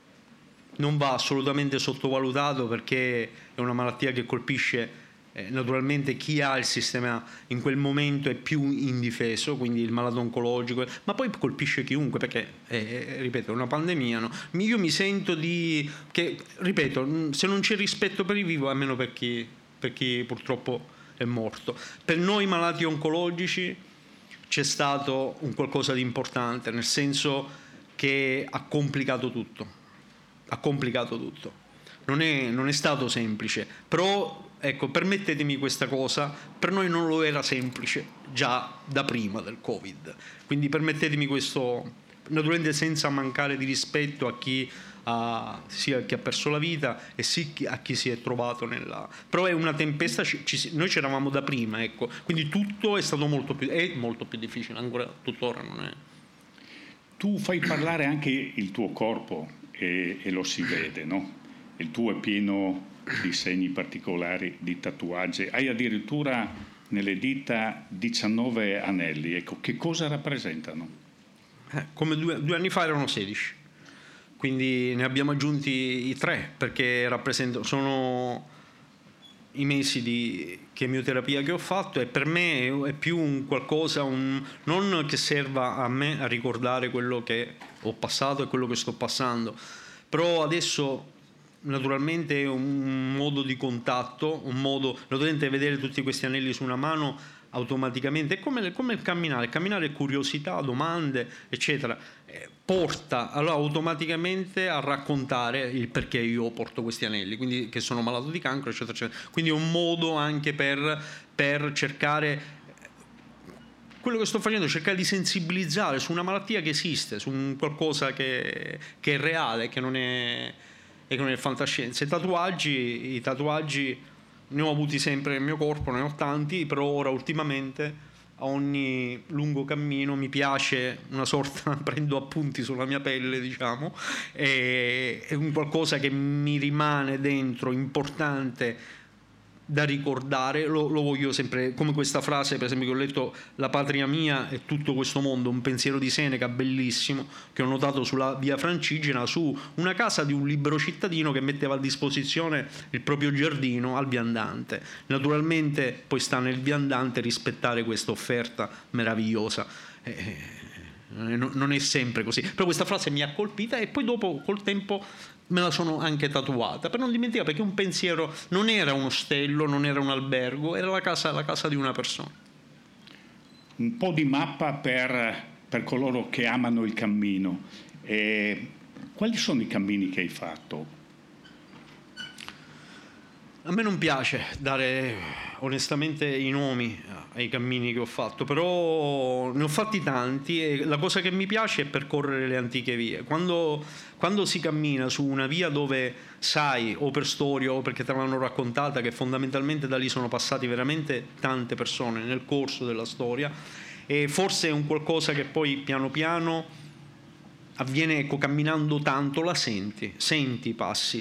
Non va assolutamente sottovalutato perché è una malattia che colpisce eh, naturalmente chi ha il sistema in quel momento è più indifeso, quindi il malato oncologico, ma poi colpisce chiunque perché, eh, ripeto, è una pandemia, no? Io mi sento di... che, ripeto, se non c'è rispetto per i vivi, almeno per chi, per chi purtroppo è morto. Per noi malati oncologici c'è stato un qualcosa di importante, nel senso che ha complicato tutto. Ha complicato tutto. Non è, non è stato semplice, però ecco, permettetemi questa cosa, per noi non lo era semplice già da prima del Covid, quindi permettetemi questo, naturalmente senza mancare di rispetto a chi ha, sia chi ha perso la vita e sì a chi si è trovato nella... però è una tempesta, ci, ci, noi c'eravamo da prima, ecco, quindi tutto è stato molto più, è molto più difficile, ancora tuttora non è. Tu fai parlare anche il tuo corpo e, e lo si vede, no? Il tuo è pieno di segni particolari, di tatuaggi, hai addirittura nelle dita diciannove anelli, ecco, che cosa rappresentano? Eh, come due, due anni fa erano sedici, quindi ne abbiamo aggiunti i tre perché rappresentano, sono i mesi di chemioterapia che ho fatto, e per me è più un qualcosa, un, non che serva a me a ricordare quello che ho passato e quello che sto passando, però adesso naturalmente è un modo di contatto, un modo, naturalmente vedere tutti questi anelli su una mano automaticamente è come, come il camminare, il camminare è curiosità, domande eccetera, eh, porta allora automaticamente a raccontare il perché io porto questi anelli, quindi che sono malato di cancro eccetera eccetera, quindi è un modo anche per, per cercare, quello che sto facendo è cercare di sensibilizzare su una malattia che esiste, su un qualcosa che, che è reale, che non è, e che non è fantascienza. I tatuaggi, i tatuaggi ne ho avuti sempre nel mio corpo, ne ho tanti, però ora ultimamente a ogni lungo cammino mi piace una sorta, prendo appunti sulla mia pelle, diciamo, e, è un qualcosa che mi rimane dentro, importante, da ricordare, lo, lo voglio sempre, come questa frase per esempio che ho letto: la patria mia è tutto questo mondo, un pensiero di Seneca bellissimo che ho notato sulla via Francigena, su una casa di un libero cittadino che metteva a disposizione il proprio giardino al viandante. Naturalmente poi sta nel viandante rispettare questa offerta meravigliosa. Eh, non è sempre così, però questa frase mi ha colpita e poi dopo col tempo me la sono anche tatuata per non dimenticare, perché un pensiero non era un ostello, non era un albergo, era la casa, la casa di una persona. Un po' di mappa per, per coloro che amano il cammino. Eh, quali sono i cammini che hai fatto? A me non piace dare onestamente i nomi ai cammini che ho fatto, però ne ho fatti tanti e la cosa che mi piace è percorrere le antiche vie. Quando, quando si cammina su una via dove sai, o per storia o perché te l'hanno raccontata, che fondamentalmente da lì sono passati veramente tante persone nel corso della storia, e forse è un qualcosa che poi piano piano avviene, ecco, camminando tanto, la senti, senti i passi,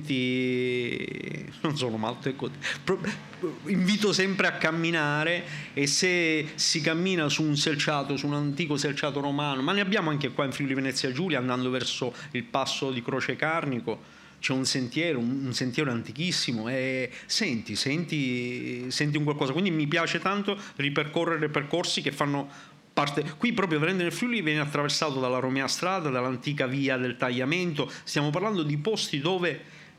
senti, non sono matto, ecco, invito sempre a camminare, e se si cammina su un selciato, su un antico selciato romano, ma ne abbiamo anche qua in Friuli Venezia Giulia, andando verso il passo di Croce Carnico, c'è un sentiero, un sentiero antichissimo, e senti, senti, senti un qualcosa, quindi mi piace tanto ripercorrere percorsi che fanno parte. Qui proprio venendo nel Friuli viene attraversato dalla Romea Strada, dall'antica via del Tagliamento, stiamo parlando di posti dove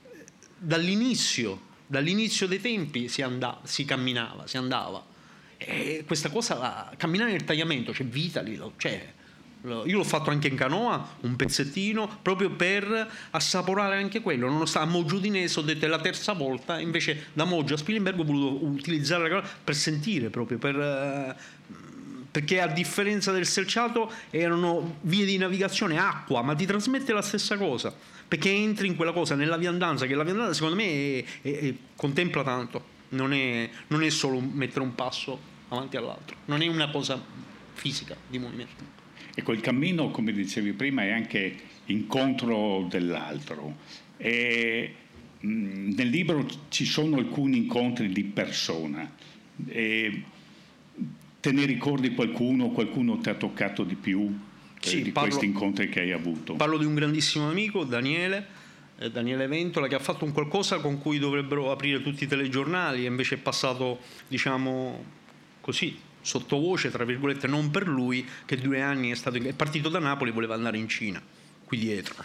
dall'inizio, dall'inizio dei tempi si, andava, si camminava, si andava, e questa cosa, la, camminare nel Tagliamento, c'è vita lì, c'è. Io l'ho fatto anche in canoa, un pezzettino, proprio per assaporare anche quello. Nonostante a Moggio Udinese ho detto è la terza volta, invece da Moggio a Spilimbergo ho voluto utilizzare la canoa per sentire, proprio per... perché a differenza del selciato erano vie di navigazione, acqua, ma ti trasmette la stessa cosa, perché entri in quella cosa, nella viandanza, che la viandanza secondo me è, è, è, contempla tanto, non è, non è solo mettere un passo avanti all'altro, non è una cosa fisica di movimento. Ecco, il cammino, come dicevi prima, è anche incontro dell'altro. E, mh, nel libro ci sono alcuni incontri di persona. E, te ne ricordi qualcuno? Qualcuno ti ha toccato di più eh, sì, di parlo, questi incontri che hai avuto? Parlo di un grandissimo amico, Daniele, eh, Daniele Ventola, che ha fatto un qualcosa con cui dovrebbero aprire tutti i telegiornali, e invece è passato, diciamo così, sottovoce, tra virgolette, non per lui, che due anni è stato è partito da Napoli e voleva andare in Cina, qui dietro.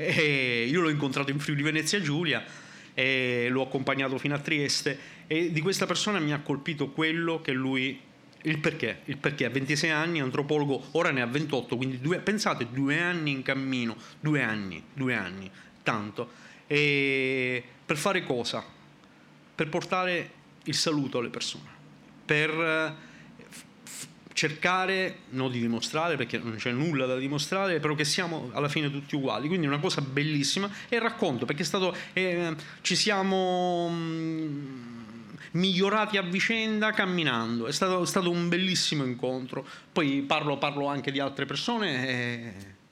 E io l'ho incontrato in Friuli Venezia Giulia e l'ho accompagnato fino a Trieste, e di questa persona mi ha colpito quello che lui... Il perché, il perché a ventisei anni, antropologo, ora ne ha ventotto, quindi due, pensate, due anni in cammino, due anni, due anni, tanto. E per fare cosa? Per portare il saluto alle persone, per f- cercare, non di dimostrare, perché non c'è nulla da dimostrare, però che siamo alla fine tutti uguali, quindi è una cosa bellissima, e racconto, perché è stato, eh, ci siamo... Mh, migliorati a vicenda camminando, è stato, è stato un bellissimo incontro. Poi parlo, parlo anche di altre persone e,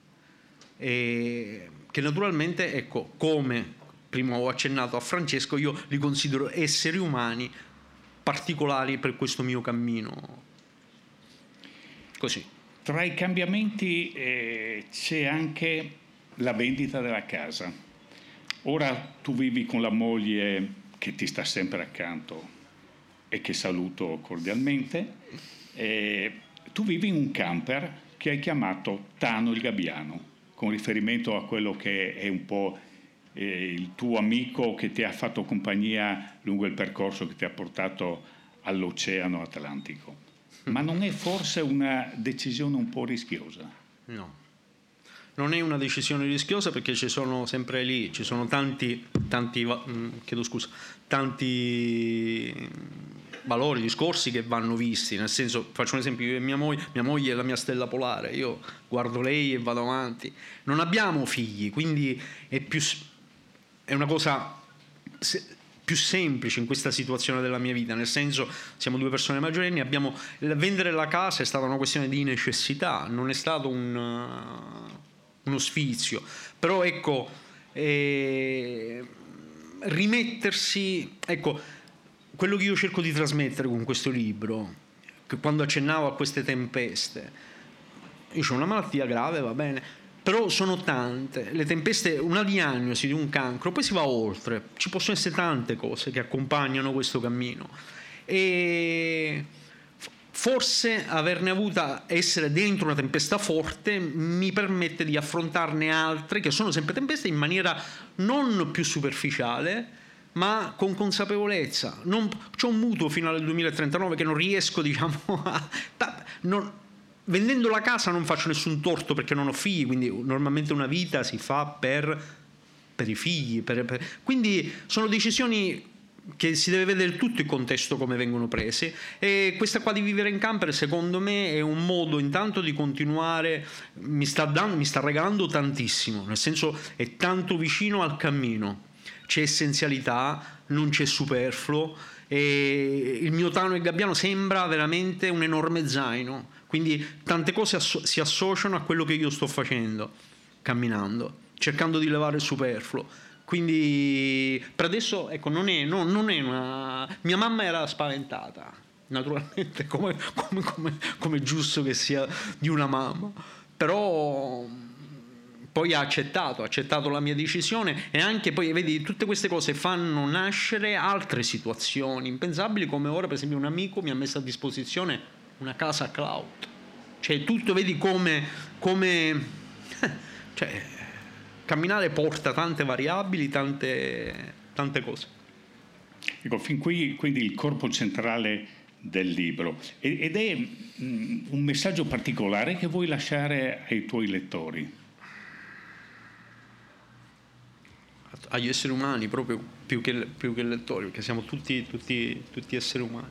e che naturalmente, ecco, come prima ho accennato a Francesco, io li considero esseri umani particolari per questo mio cammino. Così. Tra i cambiamenti eh, c'è anche la vendita della casa. Ora tu vivi con la moglie che ti sta sempre accanto e che saluto cordialmente. E tu vivi in un camper che hai chiamato Tano il Gabbiano, con riferimento a quello che è un po' eh, il tuo amico che ti ha fatto compagnia lungo il percorso che ti ha portato all'Oceano Atlantico. Ma non è forse una decisione un po' rischiosa? No. Non è una decisione rischiosa, perché ci sono sempre lì, ci sono tanti, tanti, chiedo scusa, tanti valori, discorsi che vanno visti, nel senso, faccio un esempio, io e mia moglie, mia moglie è la mia stella polare, io guardo lei e vado avanti, non abbiamo figli, quindi è più, è una cosa più semplice in questa situazione della mia vita, nel senso, siamo due persone maggiorenni, abbiamo, vendere la casa è stata una questione di necessità, non è stato un... uno sfizio, però ecco, eh, rimettersi, ecco, quello che io cerco di trasmettere con questo libro, che quando accennavo a queste tempeste, io ho una malattia grave, va bene, però sono tante le tempeste, una diagnosi di un cancro, poi si va oltre, ci possono essere tante cose che accompagnano questo cammino, e forse averne avuta, essere dentro una tempesta forte mi permette di affrontarne altre che sono sempre tempeste in maniera non più superficiale, ma con consapevolezza. Non, c'ho un mutuo fino al duemilatrentanove che non riesco, diciamo, a... Non, vendendo la casa non faccio nessun torto perché non ho figli, quindi normalmente una vita si fa per, per i figli. Per, per, quindi sono decisioni che si deve vedere tutto il contesto come vengono prese, e questa qua di vivere in camper secondo me è un modo intanto di continuare, mi sta, dando, mi sta regalando tantissimo, nel senso è tanto vicino al cammino. C'è essenzialità, non c'è superfluo, e il mio Tano e Gabbiano sembra veramente un enorme zaino, quindi tante cose asso- si associano a quello che io sto facendo, camminando, cercando di levare il superfluo. Quindi per adesso, ecco, non è, no, non è una... Mia mamma era spaventata, naturalmente, come, come, come, come giusto che sia di una mamma, però... Poi ha accettato, ha accettato la mia decisione, e anche poi, vedi, tutte queste cose fanno nascere altre situazioni impensabili, come ora, per esempio, un amico mi ha messo a disposizione una casa cloud. Cioè, tutto, vedi come... come cioè, camminare porta tante variabili, tante, tante cose. Ecco, fin qui quindi il corpo centrale del libro. Ed è mh, un messaggio particolare che vuoi lasciare ai tuoi lettori? Agli esseri umani, proprio più che, più che lettori, perché siamo tutti, tutti, tutti esseri umani.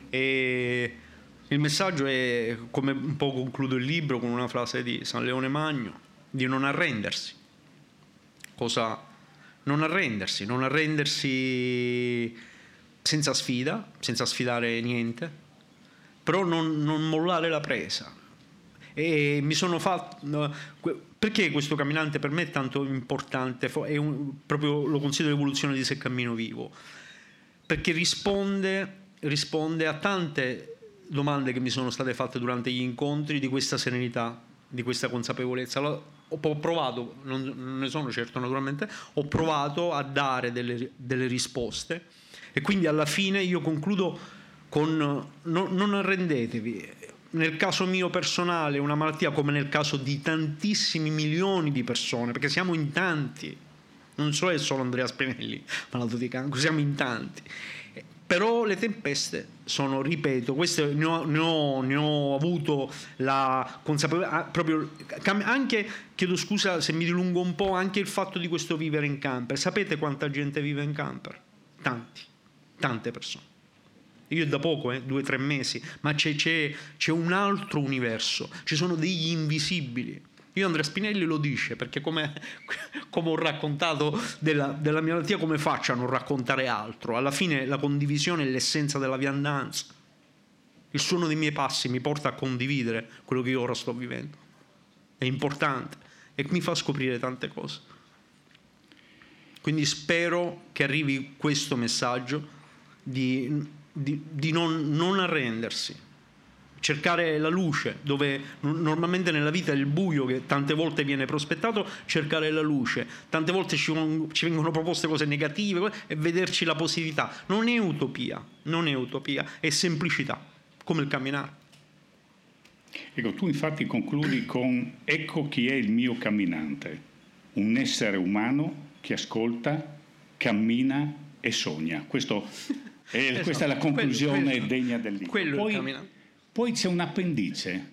E il messaggio è, come un po' concludo il libro, con una frase di San Leone Magno, di non arrendersi. Cosa? Non arrendersi, non arrendersi senza sfida, senza sfidare niente, però non, non mollare la presa. E mi sono fatto... Perché questo camminante per me è tanto importante? È un, proprio lo considero l'evoluzione di Se Cammino Vivo, perché risponde, risponde a tante domande che mi sono state fatte durante gli incontri, di questa serenità, di questa consapevolezza. Ho provato, non ne sono certo naturalmente, ho provato a dare delle, delle risposte, e quindi alla fine io concludo con no, non arrendetevi. Nel caso mio personale, una malattia, come nel caso di tantissimi milioni di persone, perché siamo in tanti, non so è solo Andrea Spinelli malato di cancro, siamo in tanti, però le tempeste sono, ripeto, questo ne ho, ne ho, ne ho avuto la consapevolezza, proprio anche, chiedo scusa se mi dilungo un po', anche il fatto di questo vivere in camper. Sapete quanta gente vive in camper? Tanti, tante persone. Io è da poco, eh, due o tre mesi, ma c'è, c'è, c'è un altro universo, ci sono degli invisibili. Io Andrea Spinelli lo dice, perché come, come ho raccontato della, della mia malattia, come faccio a non raccontare altro? Alla fine la condivisione è l'essenza della viandanza. Il suono dei miei passi mi porta a condividere quello che io ora sto vivendo. È importante e mi fa scoprire tante cose. Quindi spero che arrivi questo messaggio di... di, di non, non arrendersi, cercare la luce, dove normalmente nella vita è il buio che tante volte viene prospettato, cercare la luce. Tante volte ci, ci vengono proposte cose negative e vederci la positività. Non è utopia, non è utopia, è semplicità, come il camminare. Ecco, tu infatti concludi con: ecco chi è il mio camminante, un essere umano che ascolta, cammina e sogna. Questo è, esatto, questa è la conclusione quello, quello, degna del libro. Quello poi, è il camminante. Poi c'è un appendice,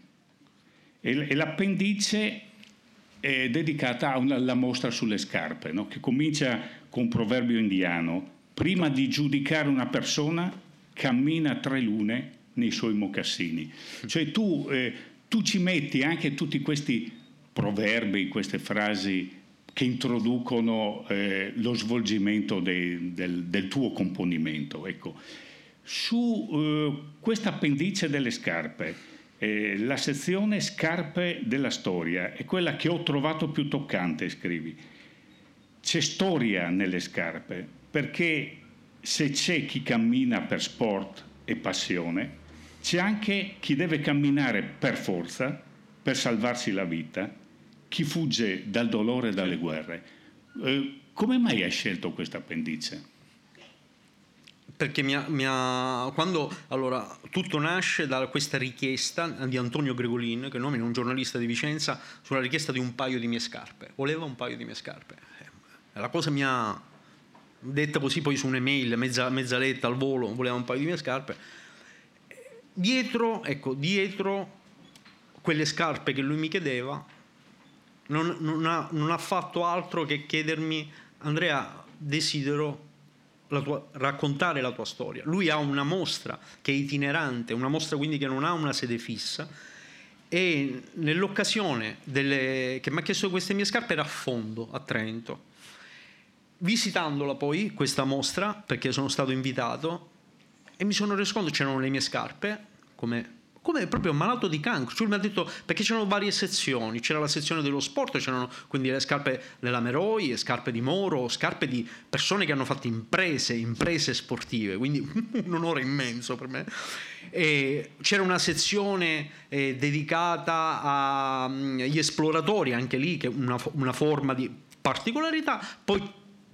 e l'appendice è dedicata alla mostra sulle scarpe, no? Che comincia con un proverbio indiano: prima di giudicare una persona, cammina tre lune nei suoi mocassini. Cioè tu, eh, tu ci metti anche tutti questi proverbi, queste frasi che introducono eh, lo svolgimento de, del, del tuo componimento. Ecco. Su eh, questa appendice delle scarpe, eh, la sezione scarpe della storia è quella che ho trovato più toccante, scrivi. C'è storia nelle scarpe, perché se c'è chi cammina per sport e passione, c'è anche chi deve camminare per forza, per salvarsi la vita, chi fugge dal dolore e dalle guerre. Eh, come mai hai scelto questa appendice? Perché mi ha, mi ha, quando allora tutto nasce da questa richiesta di Antonio Gregolin, che nome è un giornalista di Vicenza, sulla richiesta di un paio di mie scarpe. Voleva un paio di mie scarpe. La cosa mi ha detta così, poi su un'email, mezza, mezza letta al volo, voleva un paio di mie scarpe. Dietro, ecco, dietro quelle scarpe che lui mi chiedeva, non, non, ha, non ha fatto altro che chiedermi: Andrea, desidero la tua, raccontare la tua storia. Lui ha una mostra che è itinerante, una mostra quindi che non ha una sede fissa, e nell'occasione delle, che mi ha chiesto queste mie scarpe era a Fondo, a Trento. Visitandola poi, questa mostra, perché sono stato invitato, e mi sono reso conto che c'erano le mie scarpe, come, come proprio malato di cancro. Cioè, mi ha detto, perché c'erano varie sezioni, c'era la sezione dello sport, c'erano quindi le scarpe della Meroi, le scarpe di Moro, scarpe di persone che hanno fatto imprese, imprese sportive, quindi un onore immenso per me. E c'era una sezione eh, dedicata agli esploratori, anche lì, che è una, una forma di particolarità. Poi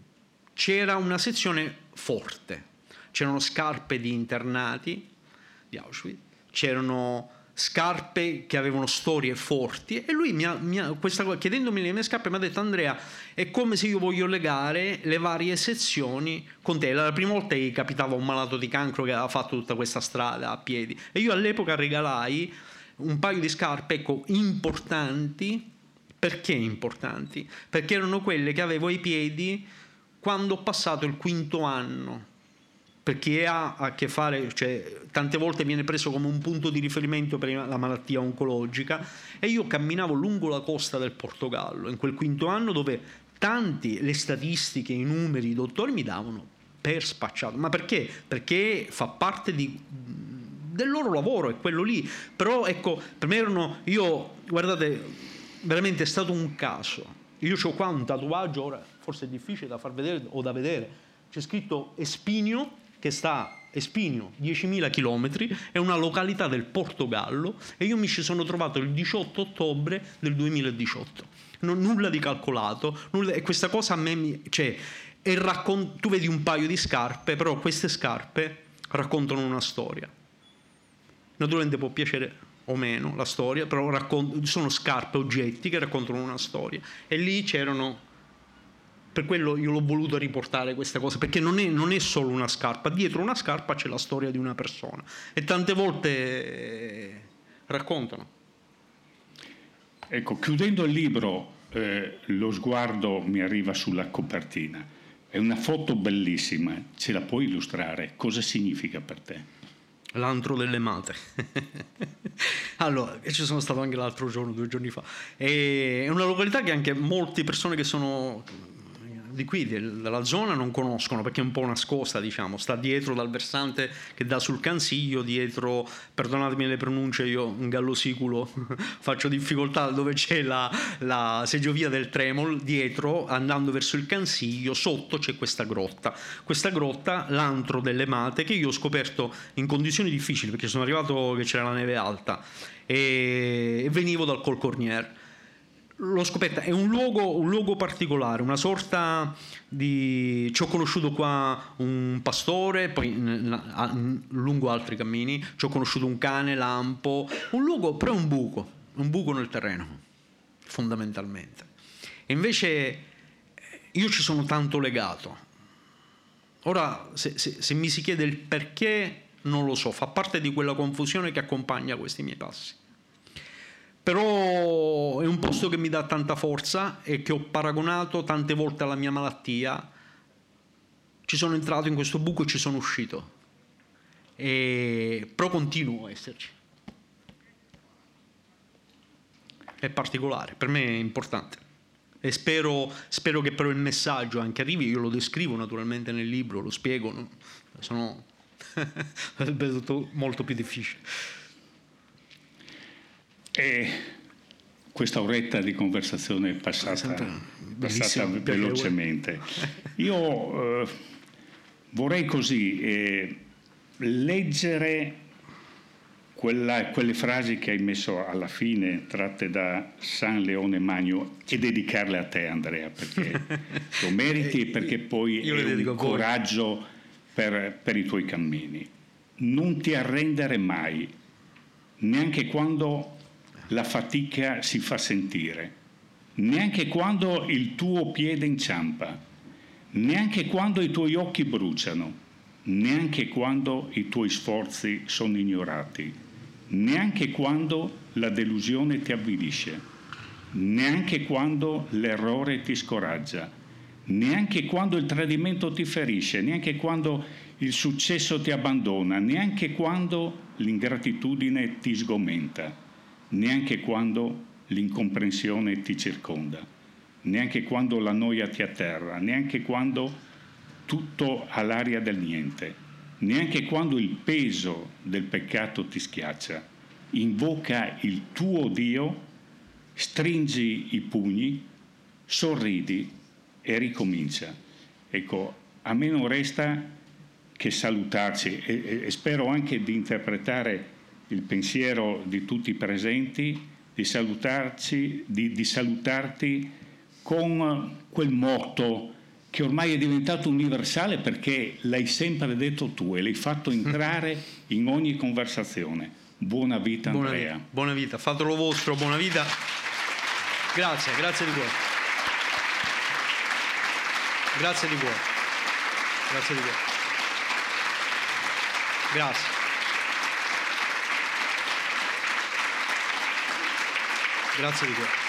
c'era una sezione forte, c'erano scarpe di internati di Auschwitz, c'erano scarpe che avevano storie forti, e lui mi ha, mi ha, questa, chiedendomi le mie scarpe, mi ha detto: Andrea, è come se io voglio legare le varie sezioni con te. La prima volta gli capitava un malato di cancro che aveva fatto tutta questa strada a piedi, e io all'epoca regalai un paio di scarpe, ecco, importanti. Perché importanti? Perché erano quelle che avevo ai piedi quando ho passato il quinto anno, perché ha a che fare, cioè, tante volte viene preso come un punto di riferimento per la malattia oncologica, e io camminavo lungo la costa del Portogallo in quel quinto anno, dove tanti, le statistiche, i numeri, i dottori mi davano per spacciato. Ma perché? Perché fa parte di, del loro lavoro, è quello lì. Però ecco, per me erano, io, guardate, veramente è stato un caso. Io ho qua un tatuaggio, ora forse è difficile da far vedere o da vedere, c'è scritto Espinio, che sta Espinio, diecimila chilometri, è una località del Portogallo, e io mi ci sono trovato il diciotto ottobre del duemiladiciotto. Non, nulla di calcolato, nulla, e questa cosa a me mi, cioè, è raccon- tu vedi un paio di scarpe, però queste scarpe raccontano una storia. Naturalmente può piacere o meno la storia, però raccont- sono scarpe, oggetti che raccontano una storia, e lì c'erano. Per quello io l'ho voluto riportare questa cosa, perché non è, non è solo una scarpa, dietro una scarpa c'è la storia di una persona, e tante volte eh, raccontano. Ecco, chiudendo il libro, eh, lo sguardo mi arriva sulla copertina. È una foto bellissima, ce la puoi illustrare? Cosa significa per te? L'antro delle mate. Allora, ci sono stato anche l'altro giorno, due giorni fa. È una località che anche molte persone che sono di qui, della zona, non conoscono, perché è un po' nascosta, diciamo, sta dietro dal versante che dà sul Cansiglio, dietro, perdonatemi le pronunce, io in gallosiculo faccio difficoltà, dove c'è la, la seggiovia del Tremol, dietro, andando verso il Cansiglio, sotto c'è questa grotta, questa grotta, l'antro delle mate, che io ho scoperto in condizioni difficili, perché sono arrivato che c'era la neve alta, e, e venivo dal Col Cornier. L'ho scoperta, è un luogo, un luogo particolare, una sorta di... Ci ho conosciuto qua un pastore, poi lungo altri cammini, ci ho conosciuto un cane, lampo, un luogo, però è un buco, un buco nel terreno, fondamentalmente. E invece io ci sono tanto legato. Ora, se, se, se mi si chiede il perché, non lo so, fa parte di quella confusione che accompagna questi miei passi. Però è un posto che mi dà tanta forza e che ho paragonato tante volte alla mia malattia. Ci sono entrato in questo buco e ci sono uscito, e... però continuo a esserci. È particolare, per me è importante, e spero, spero che però il messaggio anche arrivi. Io lo descrivo naturalmente nel libro, lo spiego, no? Sono sarebbe tutto molto più difficile. E questa oretta di conversazione è passata, passata velocemente. Io eh, vorrei così eh, leggere quella, quelle frasi che hai messo alla fine, tratte da San Leone Magno, e dedicarle a te, Andrea, perché lo meriti e perché poi Io è un coraggio per, per i tuoi cammini. Non ti arrendere mai, neanche quando la fatica si fa sentire, neanche quando il tuo piede inciampa, neanche quando i tuoi occhi bruciano, neanche quando i tuoi sforzi sono ignorati, neanche quando la delusione ti avvilisce, neanche quando l'errore ti scoraggia, neanche quando il tradimento ti ferisce, neanche quando il successo ti abbandona, neanche quando l'ingratitudine ti sgomenta, neanche quando l'incomprensione ti circonda, neanche quando la noia ti atterra, neanche quando tutto ha l'aria del niente, neanche quando il peso del peccato ti schiaccia. Invoca il tuo Dio, stringi i pugni, sorridi e ricomincia. Ecco, a me non resta che salutarci e, e, e spero anche di interpretare il pensiero di tutti i presenti, di salutarci, di, di salutarti con quel motto che ormai è diventato universale, perché l'hai sempre detto tu e l'hai fatto entrare in ogni conversazione. Buona vita, Andrea. Buona, buona vita, fatelo vostro, buona vita. Grazie, grazie di cuore. Grazie di cuore. Grazie di cuore. Grazie. Grazie di cuore.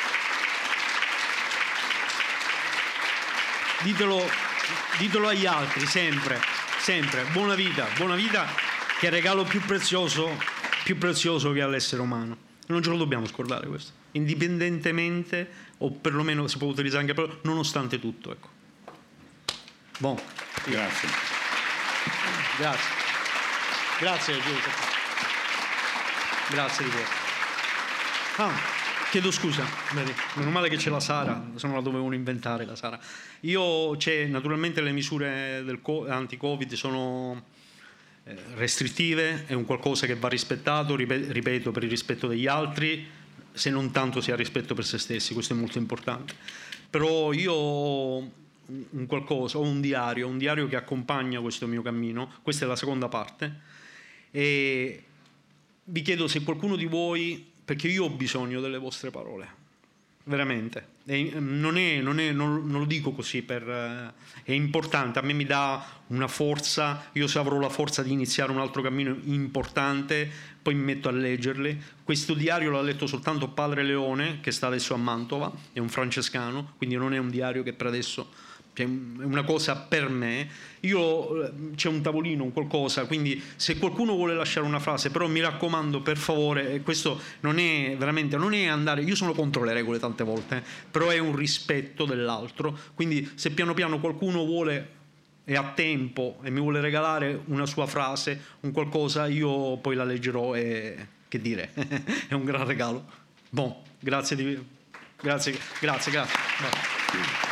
Ditelo, ditelo agli altri, sempre, sempre. Buona vita, buona vita, che è il regalo più prezioso, più prezioso che ha l'essere umano. Non ce lo dobbiamo scordare questo. Indipendentemente, o perlomeno si può utilizzare anche per, nonostante tutto, ecco. Buon. Grazie. Grazie. Grazie Giuseppe. Grazie di cuore. Ah, chiedo scusa, vedi, meno male che c'è la Sara, se non la dovevano inventare la Sara. Io, c'è naturalmente le misure del anti-Covid sono eh, restrittive, è un qualcosa che va rispettato, ripeto, per il rispetto degli altri, se non tanto sia rispetto per se stessi, questo è molto importante. Però io ho un qualcosa, ho un diario, un diario che accompagna questo mio cammino, questa è la seconda parte, e vi chiedo se qualcuno di voi, perché io ho bisogno delle vostre parole, veramente, e non, è, non, è, non, non lo dico così, per, è importante, a me mi dà una forza, io se avrò la forza di iniziare un altro cammino importante, poi mi metto a leggerle. Questo diario l'ha letto soltanto Padre Leone, che sta adesso a Mantova, è un francescano, quindi non è un diario che per adesso è una cosa per me. Io, c'è un tavolino, un qualcosa, quindi se qualcuno vuole lasciare una frase, però mi raccomando, per favore, questo non è veramente, non è andare, io sono contro le regole tante volte, eh, però è un rispetto dell'altro, quindi se piano piano qualcuno vuole, è a tempo e mi vuole regalare una sua frase, un qualcosa, io poi la leggerò e che dire, è un gran regalo. Bon, grazie di grazie, grazie, grazie. Beh.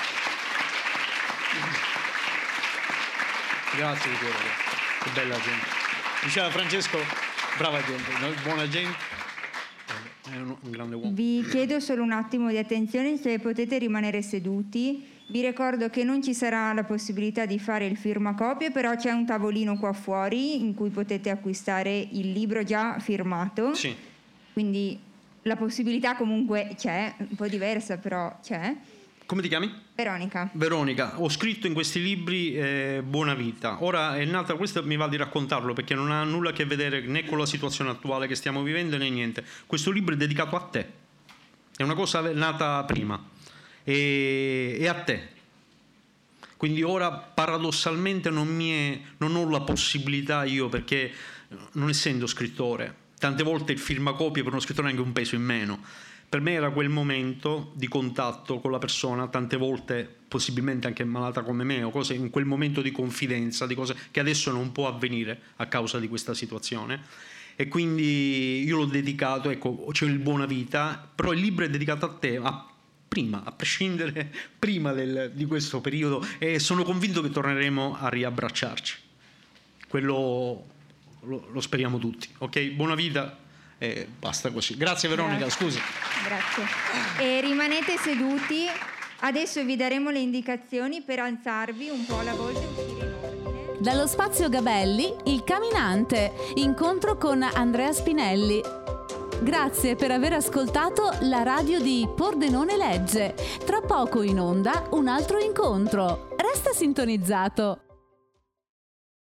Grazie di cuore, che bella gente. Diceva Francesco, brava gente, buona gente, è un, un grande uomo. Vi chiedo solo un attimo di attenzione, se potete rimanere seduti. Vi ricordo che non ci sarà la possibilità di fare il firmacopie, però c'è un tavolino qua fuori in cui potete acquistare il libro già firmato. Sì. Quindi la possibilità comunque c'è, un po' diversa però c'è. Come ti chiami? Veronica. Veronica, ho scritto in questi libri eh, Buona Vita. Ora è nata, questo mi va di raccontarlo perché non ha nulla a che vedere né con la situazione attuale che stiamo vivendo né niente. Questo libro è dedicato a te, è una cosa nata prima e, e a te. Quindi ora paradossalmente non, mi è, non ho la possibilità io, perché non essendo scrittore, tante volte il firmacopie per uno scrittore è anche un peso in meno. Per me era quel momento di contatto con la persona, tante volte possibilmente anche malata come me, o cose in quel momento di confidenza, di cose che adesso non può avvenire a causa di questa situazione. E quindi io l'ho dedicato, ecco, c'è il Buona Vita, però il libro è dedicato a te, a prima, a prescindere, prima del, di questo periodo, e sono convinto che torneremo a riabbracciarci. Quello lo, lo speriamo tutti. Ok? Buona vita e basta così. Grazie Veronica, Grazie. scusi. Grazie. E rimanete seduti. Adesso vi daremo le indicazioni per alzarvi un po' alla volta e uscire in ordine. Dallo Spazio Gabelli, Il Caminante, incontro con Andrea Spinelli. Grazie per aver ascoltato la radio di Pordenone Legge. Tra poco in onda un altro incontro. Resta sintonizzato.